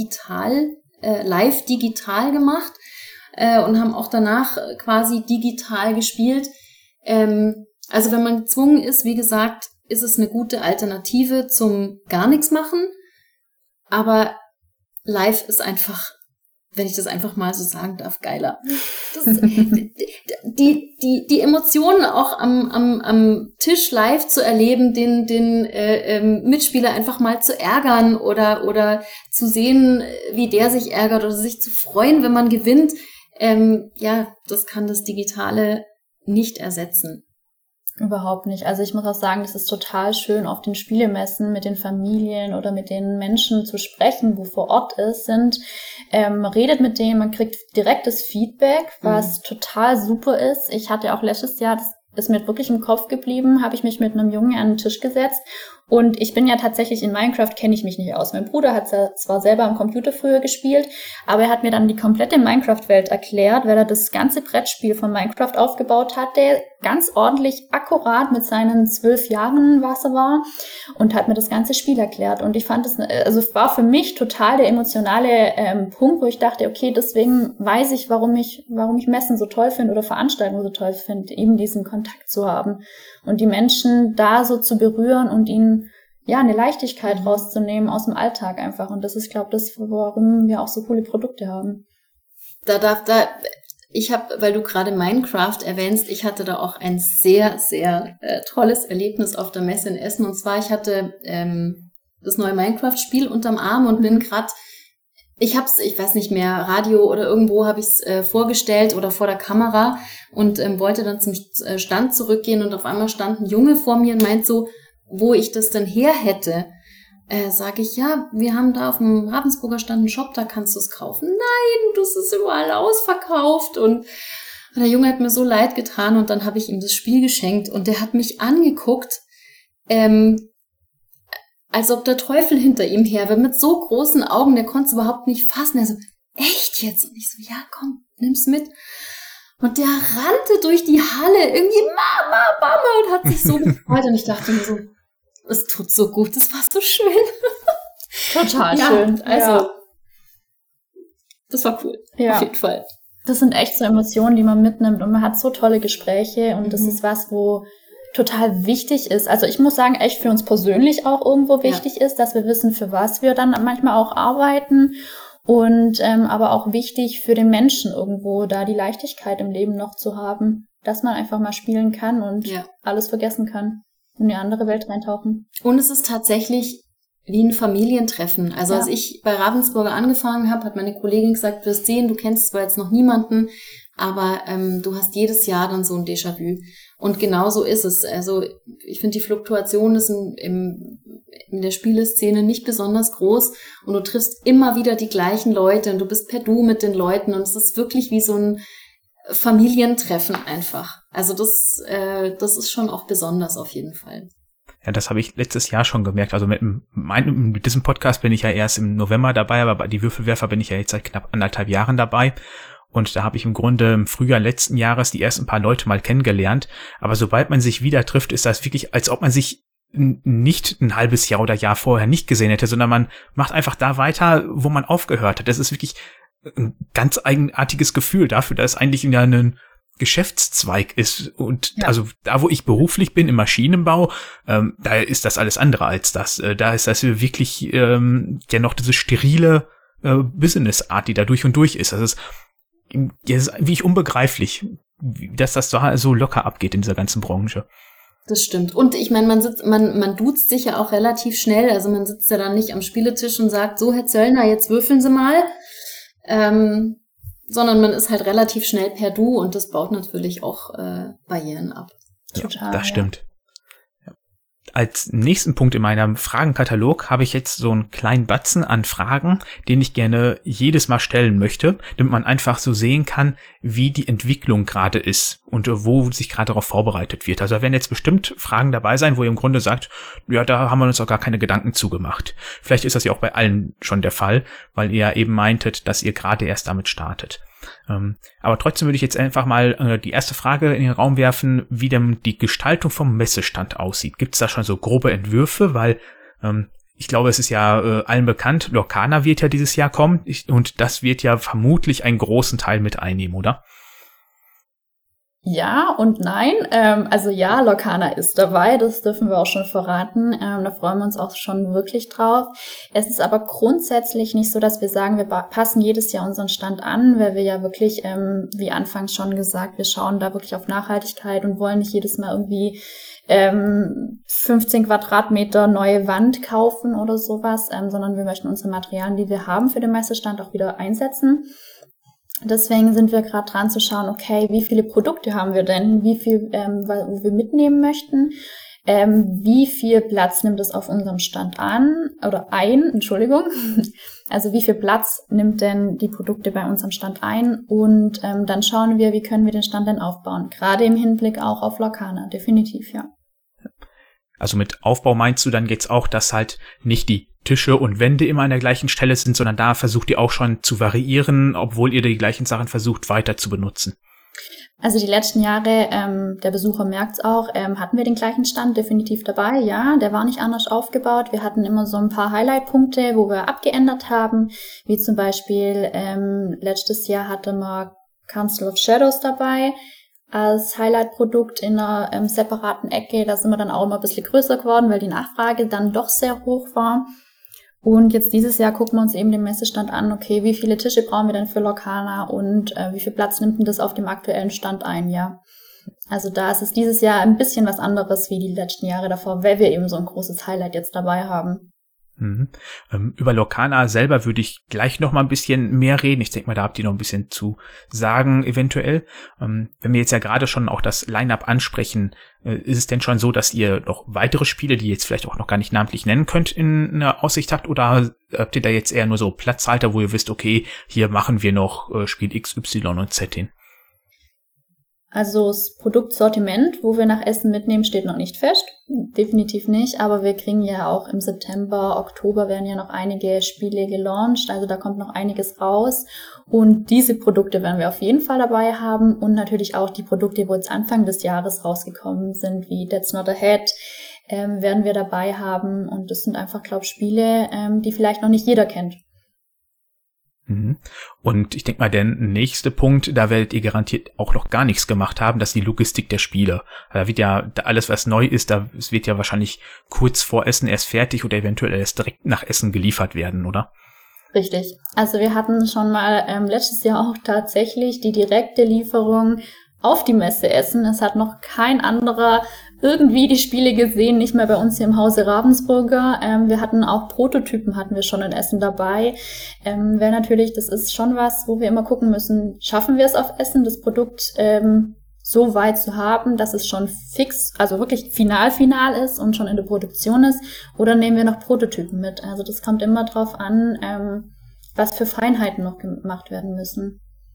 live digital gemacht und haben auch danach quasi digital gespielt. Also wenn man gezwungen ist, wie gesagt, ist es eine gute Alternative zum gar nichts machen, aber live ist einfach, wenn ich das einfach mal so sagen darf, geiler. Die Emotionen auch am Tisch live zu erleben, den Mitspieler einfach mal zu ärgern oder zu sehen, wie der sich ärgert, oder sich zu freuen, wenn man gewinnt, das kann das Digitale nicht ersetzen. Überhaupt nicht. Also ich muss auch sagen, das ist total schön, auf den Spielemessen mit den Familien oder mit den Menschen zu sprechen, wo vor Ort sind. Redet mit denen, man kriegt direktes Feedback, was total super ist. Ich hatte auch letztes Jahr, das ist mir wirklich im Kopf geblieben, habe ich mich mit einem Jungen an den Tisch gesetzt. Und ich bin ja tatsächlich in Minecraft, kenne ich mich nicht aus. Mein Bruder hat zwar selber am Computer früher gespielt, aber er hat mir dann die komplette Minecraft-Welt erklärt, weil er das ganze Brettspiel von Minecraft aufgebaut hat, der ganz ordentlich akkurat mit seinen 12 Jahren, was er war, und hat mir das ganze Spiel erklärt. Und ich fand es, also es war für mich total der emotionale Punkt, wo ich dachte, okay, deswegen weiß ich, warum ich Messen so toll finde oder Veranstaltungen so toll finde, eben diesen Kontakt zu haben und die Menschen da so zu berühren und ihnen eine Leichtigkeit rauszunehmen aus dem Alltag einfach. Und das ist, glaube ich, das, warum wir auch so coole Produkte haben. Weil du gerade Minecraft erwähnst, ich hatte da auch ein sehr, sehr tolles Erlebnis auf der Messe in Essen. Und zwar, ich hatte das neue Minecraft-Spiel unterm Arm und bin gerade, ich weiß nicht mehr, Radio oder irgendwo habe ich es vorgestellt oder vor der Kamera und wollte dann zum Stand zurückgehen, und auf einmal stand ein Junge vor mir und meint so, wo ich das denn her hätte. Sage ich, ja, wir haben da auf dem Ravensburger Stand einen Shop, da kannst du es kaufen. Nein, das ist überall ausverkauft. Und der Junge hat mir so leid getan, und dann habe ich ihm das Spiel geschenkt, und der hat mich angeguckt, als ob der Teufel hinter ihm her wäre, mit so großen Augen, der konnte es überhaupt nicht fassen. Er so, echt jetzt? Und ich so, ja, komm, nimm's mit. Und der rannte durch die Halle, irgendwie Mama, und hat sich so gefreut. Und ich dachte mir so, es tut so gut, das war so schön. Total schön. Also, das war cool, auf jeden Fall. Das sind echt so Emotionen, die man mitnimmt, und man hat so tolle Gespräche, und das ist was, wo total wichtig ist. Also ich muss sagen, echt für uns persönlich auch irgendwo wichtig ist, dass wir wissen, für was wir dann manchmal auch arbeiten, und aber auch wichtig für den Menschen irgendwo, da die Leichtigkeit im Leben noch zu haben, dass man einfach mal spielen kann und alles vergessen kann, in die andere Welt reintauchen. Und es ist tatsächlich wie ein Familientreffen. Also als ich bei Ravensburger angefangen habe, hat meine Kollegin gesagt, wirst sehen, du kennst zwar jetzt noch niemanden, aber du hast jedes Jahr dann so ein Déjà-vu. Und genau so ist es. Also ich finde, die Fluktuation ist in der Spieleszene nicht besonders groß, und du triffst immer wieder die gleichen Leute und du bist per Du mit den Leuten, und es ist wirklich wie so ein Familientreffen einfach. Also das ist schon auch besonders auf jeden Fall. Ja, das habe ich letztes Jahr schon gemerkt. Also mit diesem Podcast bin ich ja erst im November dabei, aber bei die Würfelwerfer bin ich ja jetzt seit knapp 1,5 Jahren dabei. Und da habe ich im Grunde im Frühjahr letzten Jahres die ersten paar Leute mal kennengelernt. Aber sobald man sich wieder trifft, ist das wirklich, als ob man sich nicht ein halbes Jahr oder Jahr vorher nicht gesehen hätte, sondern man macht einfach da weiter, wo man aufgehört hat. Das ist wirklich ein ganz eigenartiges Gefühl dafür, dass es eigentlich ja ein Geschäftszweig ist. Und also da, wo ich beruflich bin, im Maschinenbau, da ist das alles andere als das. Da ist das wirklich ja noch diese sterile Business-Art, die da durch und durch ist. Das ist wirklich unbegreiflich, dass das so locker abgeht in dieser ganzen Branche. Das stimmt. Und ich meine, man duzt sich ja auch relativ schnell. Also man sitzt ja dann nicht am Spieletisch und sagt, so, Herr Zöllner, jetzt würfeln Sie mal. Sondern man ist halt relativ schnell per Du und das baut natürlich auch Barrieren ab. Total, ja, das stimmt. Ja. Als nächsten Punkt in meinem Fragenkatalog habe ich jetzt so einen kleinen Batzen an Fragen, den ich gerne jedes Mal stellen möchte, damit man einfach so sehen kann, wie die Entwicklung gerade ist und wo sich gerade darauf vorbereitet wird. Also da werden jetzt bestimmt Fragen dabei sein, wo ihr im Grunde sagt, ja, da haben wir uns auch gar keine Gedanken zugemacht. Vielleicht ist das ja auch bei allen schon der Fall, weil ihr ja eben meintet, dass ihr gerade erst damit startet. Aber trotzdem würde ich jetzt einfach mal die erste Frage in den Raum werfen, wie denn die Gestaltung vom Messestand aussieht. Gibt es da schon so grobe Entwürfe? Weil ich glaube, es ist ja allen bekannt, Lorcana wird ja dieses Jahr kommen und das wird ja vermutlich einen großen Teil mit einnehmen, oder? Ja und nein. Also ja, Lorcana ist dabei, das dürfen wir auch schon verraten. Da freuen wir uns auch schon wirklich drauf. Es ist aber grundsätzlich nicht so, dass wir sagen, wir passen jedes Jahr unseren Stand an, weil wir ja wirklich, wie anfangs schon gesagt, wir schauen da wirklich auf Nachhaltigkeit und wollen nicht jedes Mal irgendwie 15 Quadratmeter neue Wand kaufen oder sowas, sondern wir möchten unsere Materialien, die wir haben für den Messestand, auch wieder einsetzen. Deswegen sind wir gerade dran zu schauen, okay, wie viele Produkte haben wir denn, wie viel, wo wir mitnehmen möchten, wie viel Platz nimmt es auf unserem Stand Entschuldigung. Also wie viel Platz nimmt denn die Produkte bei unserem Stand ein und dann schauen wir, wie können wir den Stand denn aufbauen, gerade im Hinblick auch auf Lorcana, definitiv, ja. Also mit Aufbau meinst du dann jetzt auch, dass halt nicht die Tische und Wände immer an der gleichen Stelle sind, sondern da versucht ihr auch schon zu variieren, obwohl ihr die gleichen Sachen versucht weiter zu benutzen? Also die letzten Jahre, der Besucher merkt's auch, hatten wir den gleichen Stand definitiv dabei, ja, der war nicht anders aufgebaut. Wir hatten immer so ein paar Highlight-Punkte, wo wir abgeändert haben, wie zum Beispiel letztes Jahr hatte man Council of Shadows dabei, als Highlight-Produkt in einer separaten Ecke. Da sind wir dann auch immer ein bisschen größer geworden, weil die Nachfrage dann doch sehr hoch war. Und jetzt dieses Jahr gucken wir uns eben den Messestand an, okay, wie viele Tische brauchen wir denn für Lorcana und wie viel Platz nimmt denn das auf dem aktuellen Stand ein, ja. Also da ist es dieses Jahr ein bisschen was anderes wie die letzten Jahre davor, weil wir eben so ein großes Highlight jetzt dabei haben. Mhm. Über Lorcana selber würde ich gleich noch mal ein bisschen mehr reden. Ich denke mal, da habt ihr noch ein bisschen zu sagen eventuell. Wenn wir jetzt ja gerade schon auch das Line-Up ansprechen, ist es denn schon so, dass ihr noch weitere Spiele, die ihr jetzt vielleicht auch noch gar nicht namentlich nennen könnt, in der Aussicht habt? Oder habt ihr da jetzt eher nur so Platzhalter, wo ihr wisst, okay, hier machen wir noch Spiel X, Y und Z hin? Also das Produktsortiment, wo wir nach Essen mitnehmen, steht noch nicht fest. Definitiv nicht, aber wir kriegen ja auch im September, Oktober werden ja noch einige Spiele gelauncht, also da kommt noch einiges raus. Und diese Produkte werden wir auf jeden Fall dabei haben und natürlich auch die Produkte, wo jetzt Anfang des Jahres rausgekommen sind, wie That's Not Ahead, werden wir dabei haben. Und das sind einfach, glaube ich, Spiele, die vielleicht noch nicht jeder kennt. Und ich denke mal, der nächste Punkt, da werdet ihr garantiert auch noch gar nichts gemacht haben, das ist die Logistik der Spiele. Da wird ja alles, was neu ist, es wird ja wahrscheinlich kurz vor Essen erst fertig oder eventuell erst direkt nach Essen geliefert werden, oder? Richtig. Also wir hatten schon mal letztes Jahr auch tatsächlich die direkte Lieferung auf die Messe Essen. Es hat noch kein anderer irgendwie die Spiele gesehen, nicht mehr bei uns hier im Hause Ravensburger. Wir hatten auch Prototypen, hatten wir schon in Essen dabei. Wäre natürlich, das ist schon was, wo wir immer gucken müssen, schaffen wir es auf Essen, das Produkt so weit zu haben, dass es schon fix, also wirklich final ist und schon in der Produktion ist, oder nehmen wir noch Prototypen mit? Also das kommt immer drauf an, was für Feinheiten noch gemacht werden müssen.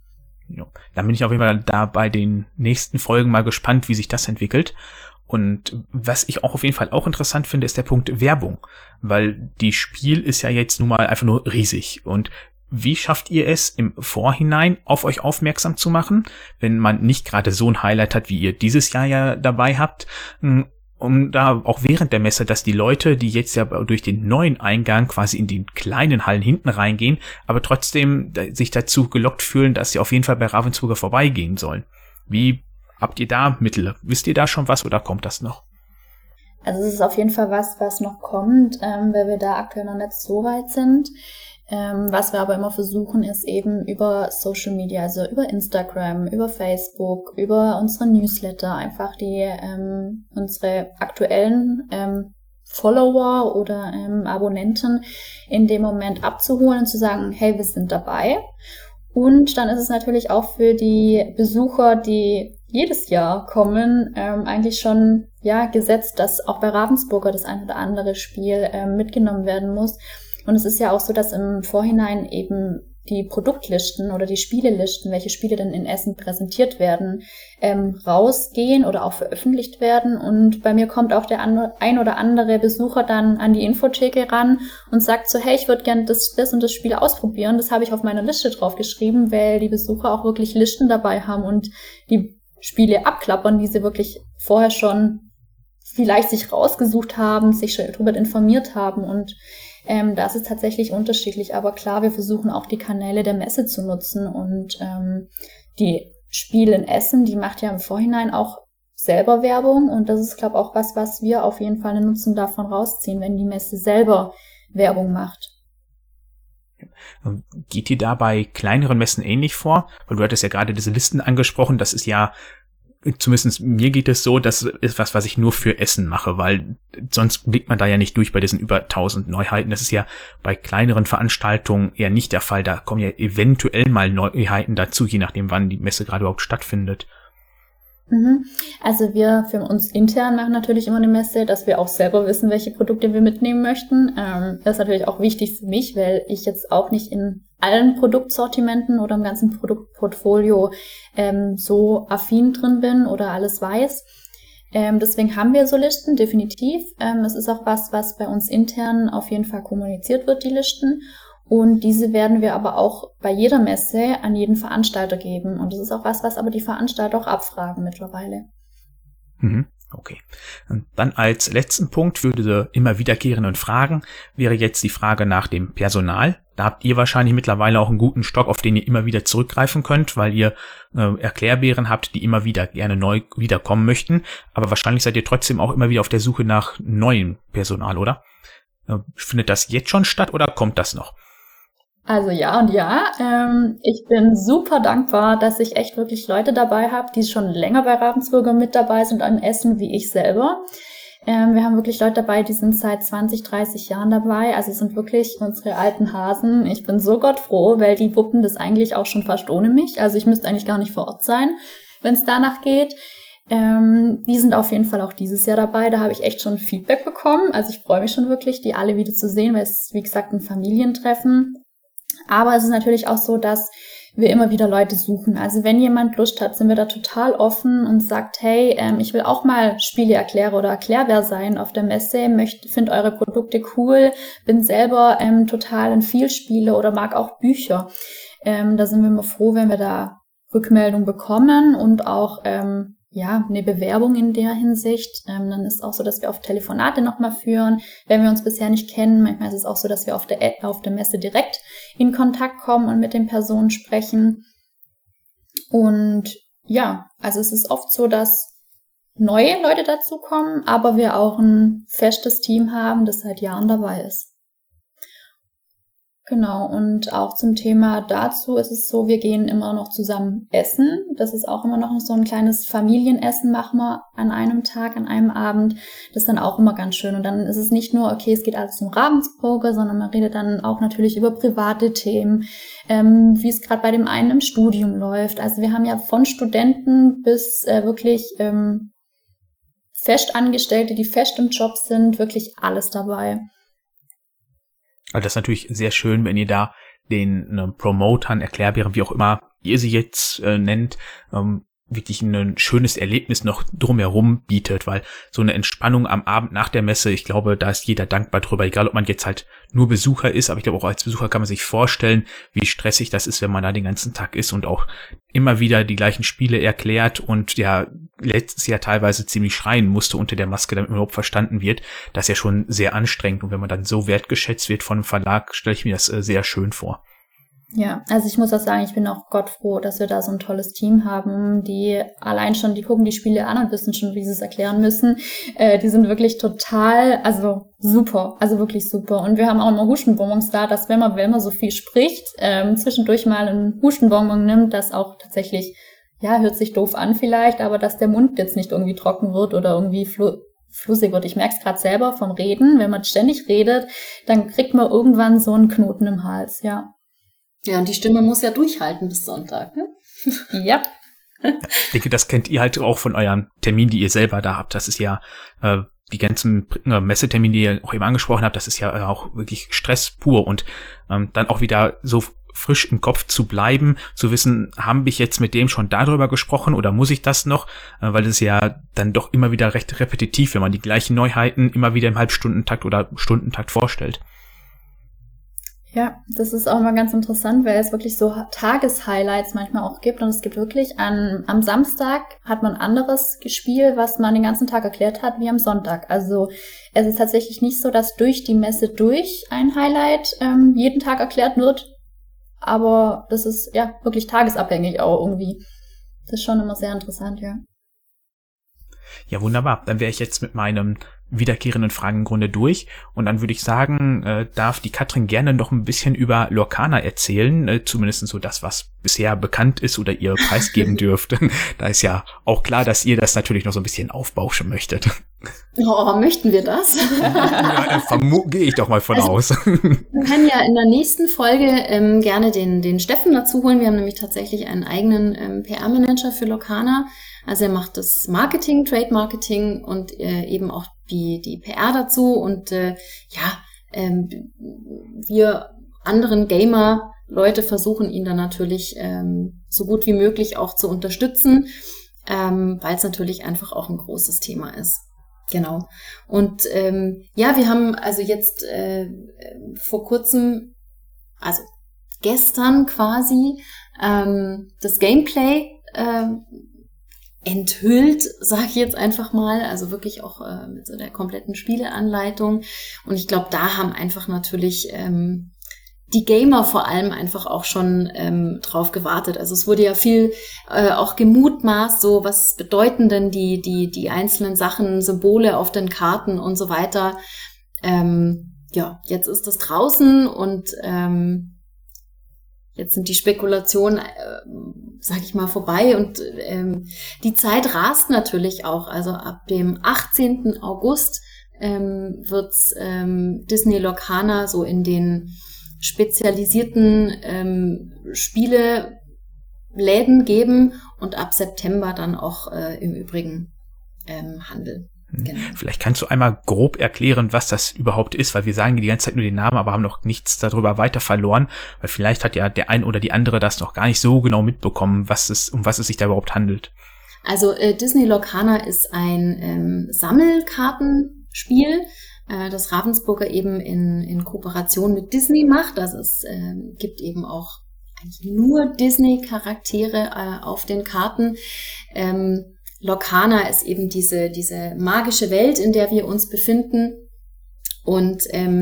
Ja. Dann bin ich auf jeden Fall da bei den nächsten Folgen mal gespannt, wie sich das entwickelt. Und was ich auch auf jeden Fall auch interessant finde, ist der Punkt Werbung, weil die Spiel ist ja jetzt nun mal einfach nur riesig. Und wie schafft ihr es im Vorhinein auf euch aufmerksam zu machen, wenn man nicht gerade so ein Highlight hat, wie ihr dieses Jahr ja dabei habt, um da auch während der Messe, dass die Leute, die jetzt ja durch den neuen Eingang quasi in die kleinen Hallen hinten reingehen, aber trotzdem sich dazu gelockt fühlen, dass sie auf jeden Fall bei Ravensburger vorbeigehen sollen. Wie habt ihr da Mittel? Wisst ihr da schon was oder kommt das noch? Also es ist auf jeden Fall was noch kommt, weil wir da aktuell noch nicht so weit sind. Was wir aber immer versuchen, ist eben über Social Media, also über Instagram, über Facebook, über unsere Newsletter, einfach die unsere aktuellen Follower oder Abonnenten in dem Moment abzuholen und zu sagen, hey, wir sind dabei. Und dann ist es natürlich auch für die Besucher, die jedes Jahr kommen, eigentlich schon gesetzt, dass auch bei Ravensburger das ein oder andere Spiel mitgenommen werden muss. Und es ist ja auch so, dass im Vorhinein eben die Produktlisten oder die Spielelisten, welche Spiele denn in Essen präsentiert werden, rausgehen oder auch veröffentlicht werden. Und bei mir kommt auch der ein oder andere Besucher dann an die Infotheke ran und sagt so, hey, ich würde gerne das und das Spiel ausprobieren. Das habe ich auf meiner Liste draufgeschrieben, weil die Besucher auch wirklich Listen dabei haben und die Spiele abklappern, die sie wirklich vorher schon vielleicht sich rausgesucht haben, sich schon darüber informiert haben. Und das ist tatsächlich unterschiedlich, aber klar, wir versuchen auch die Kanäle der Messe zu nutzen und die Spiele in Essen, die macht ja im Vorhinein auch selber Werbung und das ist, glaube ich, auch was wir auf jeden Fall einen Nutzen davon rausziehen, wenn die Messe selber Werbung macht. Geht ihr da bei kleineren Messen ähnlich vor? Weil du hattest ja gerade diese Listen angesprochen, das ist ja zumindest mir geht es so, das ist was ich nur für Essen mache, weil sonst blickt man da ja nicht durch bei diesen über 1000 Neuheiten. Das ist ja bei kleineren Veranstaltungen eher nicht der Fall. Da kommen ja eventuell mal Neuheiten dazu, je nachdem, wann die Messe gerade überhaupt stattfindet. Also wir für uns intern machen natürlich immer eine Messe, dass wir auch selber wissen, welche Produkte wir mitnehmen möchten. Das ist natürlich auch wichtig für mich, weil ich jetzt auch nicht in allen Produktsortimenten oder im ganzen Produktportfolio so affin drin bin oder alles weiß. Deswegen haben wir so Listen, definitiv. Es ist auch was bei uns intern auf jeden Fall kommuniziert wird, die Listen. Und diese werden wir aber auch bei jeder Messe an jeden Veranstalter geben. Und das ist auch was aber die Veranstalter auch abfragen mittlerweile. Okay. Und dann als letzten Punkt für diese immer wiederkehrenden Fragen wäre jetzt die Frage nach dem Personal. Da habt ihr wahrscheinlich mittlerweile auch einen guten Stock, auf den ihr immer wieder zurückgreifen könnt, weil ihr Erklärbären habt, die immer wieder gerne neu wiederkommen möchten. Aber wahrscheinlich seid ihr trotzdem auch immer wieder auf der Suche nach neuem Personal, oder? Findet das jetzt schon statt oder kommt das noch? Also ja und ja. Ich bin super dankbar, dass ich echt wirklich Leute dabei habe, die schon länger bei Ravensburger mit dabei sind an Essen wie ich selber. Wir haben wirklich Leute dabei, die sind seit 20, 30 Jahren dabei. Also es sind wirklich unsere alten Hasen. Ich bin so gottfroh, weil die wuppen das eigentlich auch schon fast ohne mich. Also ich müsste eigentlich gar nicht vor Ort sein, wenn es danach geht. Die sind auf jeden Fall auch dieses Jahr dabei. Da habe ich echt schon Feedback bekommen. Also ich freue mich schon wirklich, die alle wieder zu sehen, weil es ist, wie gesagt, ein Familientreffen. Aber es ist natürlich auch so, dass wir immer wieder Leute suchen. Also wenn jemand Lust hat, sind wir da total offen und sagt, hey, ich will auch mal Spieleerklärer oder Erklärbär sein auf der Messe, finde eure Produkte cool, bin selber total ein Vielspieler oder mag auch Bücher. Da sind wir immer froh, wenn wir da Rückmeldung bekommen und auch eine Bewerbung in der Hinsicht. Dann ist es auch so, dass wir auf Telefonate nochmal führen, wenn wir uns bisher nicht kennen. Manchmal ist es auch so, dass wir auf der Messe direkt in Kontakt kommen und mit den Personen sprechen. Und ja, also es ist oft so, dass neue Leute dazukommen, aber wir auch ein festes Team haben, das seit Jahren dabei ist. Genau, und auch zum Thema dazu ist es so, wir gehen immer noch zusammen essen. Das ist auch immer noch so ein kleines Familienessen, machen wir an einem Tag, an einem Abend. Das ist dann auch immer ganz schön. Und dann ist es nicht nur, okay, es geht alles um Ravensburger, sondern man redet dann auch natürlich über private Themen, wie es gerade bei dem einen im Studium läuft. Also wir haben ja von Studenten bis wirklich Festangestellte, die fest im Job sind, wirklich alles dabei. Also das ist natürlich sehr schön, wenn ihr da den Promotern, Erklärbären, wie auch immer ihr sie jetzt nennt, wirklich ein schönes Erlebnis noch drumherum bietet, weil so eine Entspannung am Abend nach der Messe, ich glaube, da ist jeder dankbar drüber, egal ob man jetzt halt nur Besucher ist, aber ich glaube auch als Besucher kann man sich vorstellen, wie stressig das ist, wenn man da den ganzen Tag ist und auch immer wieder die gleichen Spiele erklärt und ja letztes Jahr teilweise ziemlich schreien musste unter der Maske, damit überhaupt verstanden wird. Das ist ja schon sehr anstrengend und wenn man dann so wertgeschätzt wird von einem Verlag, stelle ich mir das sehr schön vor. Ja, also ich muss auch sagen, ich bin auch gottfroh, dass wir da so ein tolles Team haben, die allein schon, die gucken die Spiele an und wissen schon, wie sie es erklären müssen. Die sind wirklich total, also super, also wirklich super. Und wir haben auch immer Huschenbonbons da, dass wenn man so viel spricht, zwischendurch mal einen Huschenbonbon nimmt, das auch tatsächlich, ja, hört sich doof an vielleicht, aber dass der Mund jetzt nicht irgendwie trocken wird oder irgendwie flüssig wird. Ich merke es gerade selber vom Reden, wenn man ständig redet, dann kriegt man irgendwann so einen Knoten im Hals, ja. Ja, und die Stimme muss ja durchhalten bis Sonntag, ne? Ja. Ich denke, das kennt ihr halt auch von euren Terminen, die ihr selber da habt. Das ist ja die ganzen Messetermine, die ihr auch eben angesprochen habt, das ist ja auch wirklich Stress pur. Und dann auch wieder so frisch im Kopf zu bleiben, zu wissen, haben wir jetzt mit dem schon darüber gesprochen oder muss ich das noch? Weil es ja dann doch immer wieder recht repetitiv, wenn man die gleichen Neuheiten immer wieder im Halbstundentakt oder Stundentakt vorstellt. Ja, das ist auch mal ganz interessant, weil es wirklich so Tageshighlights manchmal auch gibt und es gibt wirklich am Samstag hat man ein anderes Spiel, was man den ganzen Tag erklärt hat, wie am Sonntag. Also es ist tatsächlich nicht so, dass durch die Messe durch ein Highlight jeden Tag erklärt wird, aber das ist ja wirklich tagesabhängig auch irgendwie. Das ist schon immer sehr interessant, ja. Ja, wunderbar. Dann wäre ich jetzt mit meinem wiederkehrenden Fragen im Grunde durch. Und dann würde ich sagen, darf die Katrin gerne noch ein bisschen über Lorcana erzählen, zumindest so das, was bisher bekannt ist oder ihr preisgeben dürft. Da ist ja auch klar, dass ihr das natürlich noch so ein bisschen aufbauschen möchtet. Oh, möchten wir das? Ja, gehe ich doch mal von aus. Wir können ja in der nächsten Folge gerne den Steffen dazu holen. Wir haben nämlich tatsächlich einen eigenen PR-Manager für Lorcana. Also er macht das Marketing, Trade Marketing und eben auch die PR dazu. Und wir anderen Gamer-Leute versuchen ihn dann natürlich so gut wie möglich auch zu unterstützen, weil es natürlich einfach auch ein großes Thema ist. Genau. Und wir haben also jetzt vor kurzem, also gestern quasi, das Gameplay enthüllt, sage ich jetzt einfach mal, also wirklich auch mit so der kompletten Spieleanleitung. Und ich glaube, da haben einfach natürlich die Gamer vor allem einfach auch schon drauf gewartet. Also es wurde ja viel auch gemutmaßt, so was bedeuten denn die einzelnen Sachen, Symbole auf den Karten und so weiter. Jetzt ist das draußen und jetzt sind die Spekulationen, sag ich mal, vorbei und die Zeit rast natürlich auch. Also ab dem 18. August wird's Disney Lorcana so in den spezialisierten Spieleläden geben und ab September dann auch im Übrigen Handel. Genau. Vielleicht kannst du einmal grob erklären, was das überhaupt ist, weil wir sagen die ganze Zeit nur den Namen, aber haben noch nichts darüber weiter verloren, weil vielleicht hat ja der ein oder die andere das noch gar nicht so genau mitbekommen, um was es sich da überhaupt handelt. Also Disney Lorcana ist ein Sammelkartenspiel, das Ravensburger eben in Kooperation mit Disney macht. Also es gibt eben auch eigentlich nur Disney-Charaktere auf den Karten. Lorcana ist eben diese magische Welt, in der wir uns befinden. Und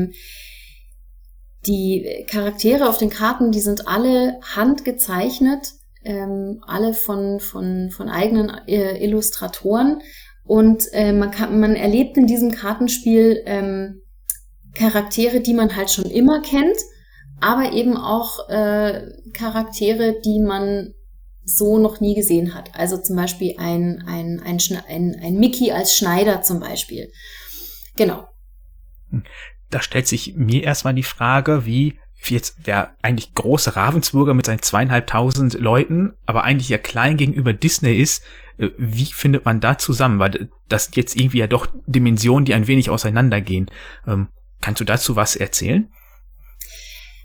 die Charaktere auf den Karten, die sind alle handgezeichnet, alle von eigenen Illustratoren. Und man erlebt in diesem Kartenspiel Charaktere, die man halt schon immer kennt, aber eben auch Charaktere, die man so noch nie gesehen hat. Also zum Beispiel ein Mickey als Schneider zum Beispiel. Genau. Da stellt sich mir erstmal die Frage, wie jetzt der eigentlich große Ravensburger mit seinen 2.500 Leuten, aber eigentlich ja klein gegenüber Disney ist, wie findet man da zusammen? Weil das sind jetzt irgendwie ja doch Dimensionen, die ein wenig auseinandergehen. Kannst du dazu was erzählen?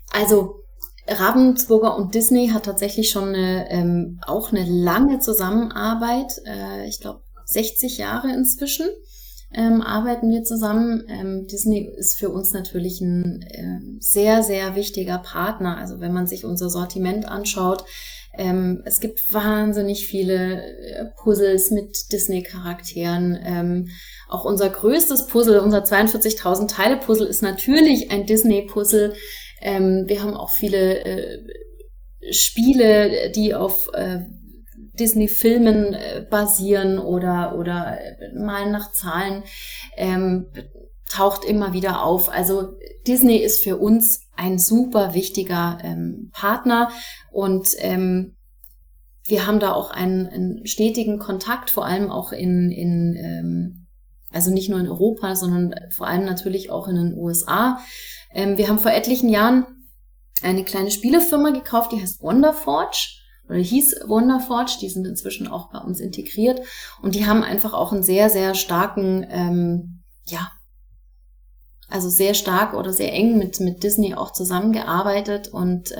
Also Ravensburger und Disney hat tatsächlich schon auch eine lange Zusammenarbeit. Ich glaube 60 Jahre inzwischen arbeiten wir zusammen. Disney ist für uns natürlich ein sehr, sehr wichtiger Partner. Also wenn man sich unser Sortiment anschaut, es gibt wahnsinnig viele Puzzles mit Disney-Charakteren. Auch unser größtes Puzzle, unser 42.000 Teile-Puzzle ist natürlich ein Disney-Puzzle. Wir haben auch viele Spiele, die auf Disney-Filmen basieren oder Malen nach Zahlen, taucht immer wieder auf. Also Disney ist für uns ein super wichtiger Partner und wir haben da auch einen stetigen Kontakt, vor allem auch also nicht nur in Europa, sondern vor allem natürlich auch in den USA. Wir haben vor etlichen Jahren eine kleine Spielefirma gekauft, die heißt Wonderforge oder hieß Wonderforge. Die sind inzwischen auch bei uns integriert und die haben einfach auch einen sehr, sehr starken, also sehr stark oder sehr eng mit Disney auch zusammengearbeitet und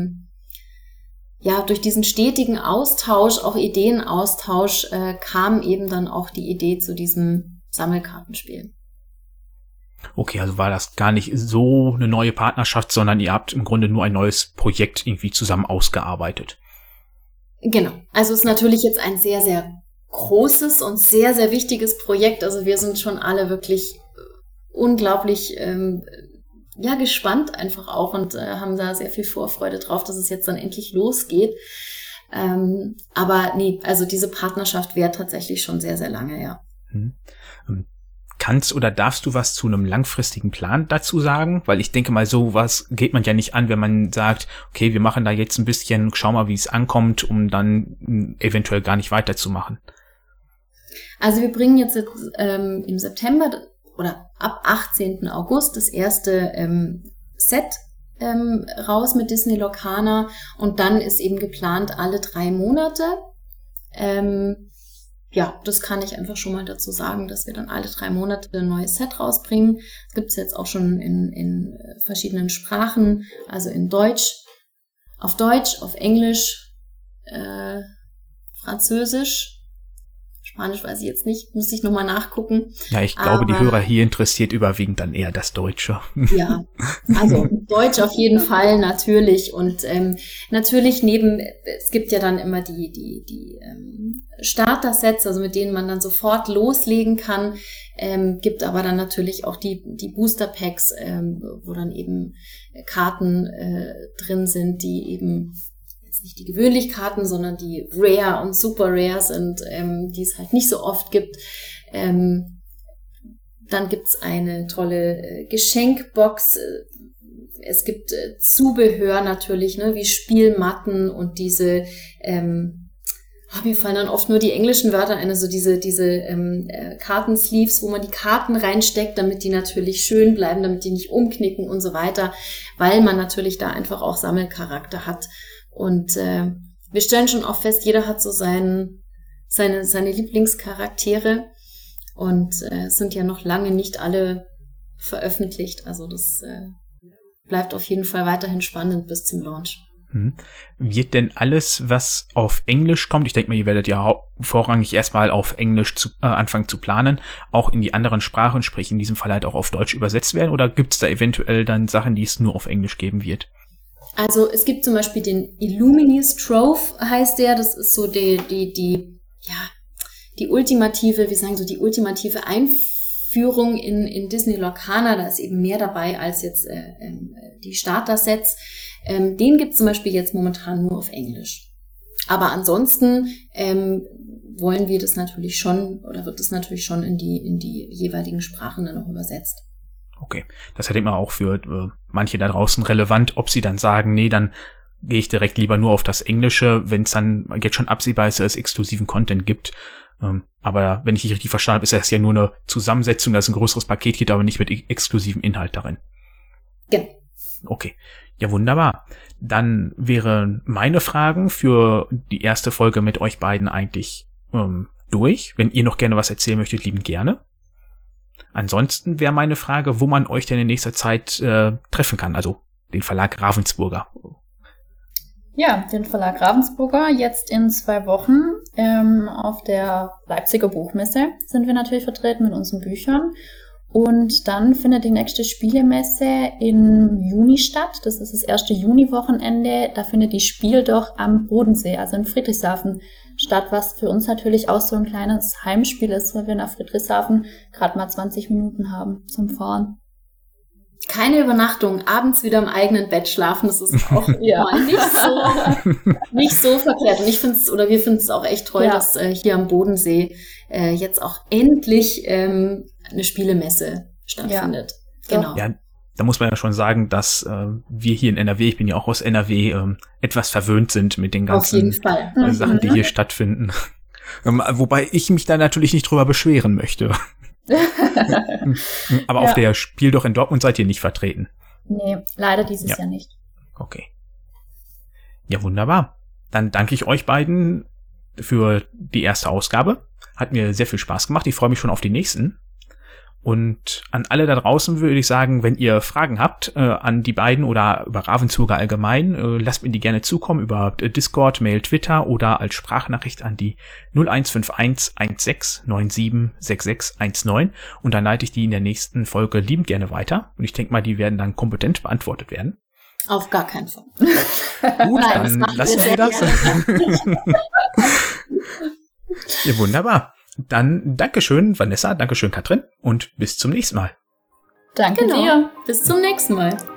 durch diesen stetigen Austausch, auch Ideenaustausch, kam eben dann auch die Idee zu diesem Sammelkartenspiel. Okay, also war das gar nicht so eine neue Partnerschaft, sondern ihr habt im Grunde nur ein neues Projekt irgendwie zusammen ausgearbeitet. Genau. Also es ist natürlich jetzt ein sehr, sehr großes und sehr, sehr wichtiges Projekt. Also wir sind schon alle wirklich unglaublich gespannt einfach auch und haben da sehr viel Vorfreude drauf, dass es jetzt dann endlich losgeht. Aber nee, also diese Partnerschaft währt tatsächlich schon sehr, sehr lange, ja. Kannst oder darfst du was zu einem langfristigen Plan dazu sagen? Weil ich denke mal, sowas geht man ja nicht an, wenn man sagt, okay, wir machen da jetzt ein bisschen, schau mal, wie es ankommt, um dann eventuell gar nicht weiterzumachen. Also wir bringen jetzt im September oder ab 18. August das erste Set raus mit Disney Lorcaner und dann ist eben geplant alle 3 Monate. Das kann ich einfach schon mal dazu sagen, dass wir dann alle 3 Monate ein neues Set rausbringen. Das gibt es jetzt auch schon in verschiedenen Sprachen, also in Deutsch, auf Englisch, Französisch, Spanisch weiß ich jetzt nicht, muss ich nochmal nachgucken. Ja, ich glaube, die Hörer hier interessiert überwiegend dann eher das Deutsche. Ja, also Deutsch auf jeden Fall, natürlich. Und natürlich es gibt ja dann immer die Starter-Sets, also mit denen man dann sofort loslegen kann. Gibt aber dann natürlich auch die Booster-Packs, wo dann eben Karten drin sind, die eben nicht die gewöhnlichen Karten, sondern die Rare und Super Rare sind, die es halt nicht so oft gibt. Dann gibt's eine tolle Geschenkbox. Es gibt Zubehör natürlich, ne, wie Spielmatten und diese, mir fallen dann oft nur die englischen Wörter ein, also diese Kartensleeves, wo man die Karten reinsteckt, damit die natürlich schön bleiben, damit die nicht umknicken und so weiter, weil man natürlich da einfach auch Sammelcharakter hat. Und wir stellen schon auch fest, jeder hat so seine Lieblingscharaktere und es sind ja noch lange nicht alle veröffentlicht. Also das bleibt auf jeden Fall weiterhin spannend bis zum Launch. Wird denn alles, was auf Englisch kommt, ich denke mal, ihr werdet ja vorrangig erstmal auf Englisch anfangen zu planen, auch in die anderen Sprachen, sprich in diesem Fall halt auch auf Deutsch übersetzt werden? Oder gibt es da eventuell dann Sachen, die es nur auf Englisch geben wird? Also es gibt zum Beispiel den Illuminis Trove, heißt der. Das ist so die ultimative, wir sagen so die ultimative Einführung in Disney Lorcaner. Da ist eben mehr dabei als jetzt die Starter-Sets. Den gibt es zum Beispiel jetzt momentan nur auf Englisch. Aber ansonsten wollen wir das natürlich schon oder wird das natürlich schon in die jeweiligen Sprachen dann noch übersetzt. Okay, das ist immer auch für manche da draußen relevant, ob sie dann sagen, nee, dann gehe ich direkt lieber nur auf das Englische, wenn es dann jetzt schon absehbar ist, dass es exklusiven Content gibt. Aber wenn ich dich richtig verstanden habe, ist das ja nur eine Zusammensetzung, dass ein größeres Paket geht, aber nicht mit exklusivem Inhalt darin. Genau. Okay, ja wunderbar. Dann wären meine Fragen für die erste Folge mit euch beiden eigentlich durch. Wenn ihr noch gerne was erzählen möchtet, liebend gerne. Ansonsten wäre meine Frage, wo man euch denn in nächster Zeit treffen kann. Also den Verlag Ravensburger. Ja, den Verlag Ravensburger jetzt in 2 Wochen auf der Leipziger Buchmesse sind wir natürlich vertreten mit unseren Büchern. Und dann findet die nächste Spielemesse im Juni statt. Das ist das erste Juni-Wochenende. Da findet die Spiel doch am Bodensee, also in Friedrichshafen, statt, was für uns natürlich auch so ein kleines Heimspiel ist, weil wir nach Friedrichshafen gerade mal 20 Minuten haben zum Fahren. Keine Übernachtung, abends wieder im eigenen Bett schlafen, das ist auch mal nicht so verkehrt. Und wir finden es auch echt toll, dass hier am Bodensee jetzt auch endlich eine Spielemesse stattfindet. Ja. Genau. Ja, da muss man ja schon sagen, dass wir hier in NRW, ich bin ja auch aus NRW, etwas verwöhnt sind mit den ganzen Auf jeden Fall. Sachen, die hier stattfinden. Wobei ich mich da natürlich nicht drüber beschweren möchte. Aber auf der Spiel doch in Dortmund seid ihr nicht vertreten. Nee, leider dieses Jahr nicht. Okay. Ja, wunderbar. Dann danke ich euch beiden für die erste Ausgabe. Hat mir sehr viel Spaß gemacht. Ich freue mich schon auf die nächsten. Und an alle da draußen würde ich sagen, wenn ihr Fragen habt an die beiden oder über Ravensburger allgemein, lasst mir die gerne zukommen über Discord, Mail, Twitter oder als Sprachnachricht an die 0151 16 97 6619 und dann leite ich die in der nächsten Folge liebend gerne weiter. Und ich denke mal, die werden dann kompetent beantwortet werden. Auf gar keinen Fall. Gut, dann lassen wir das. Ja, wunderbar. Dann Dankeschön, Vanessa, Dankeschön, Katrin und bis zum nächsten Mal. Danke dir. Bis zum nächsten Mal.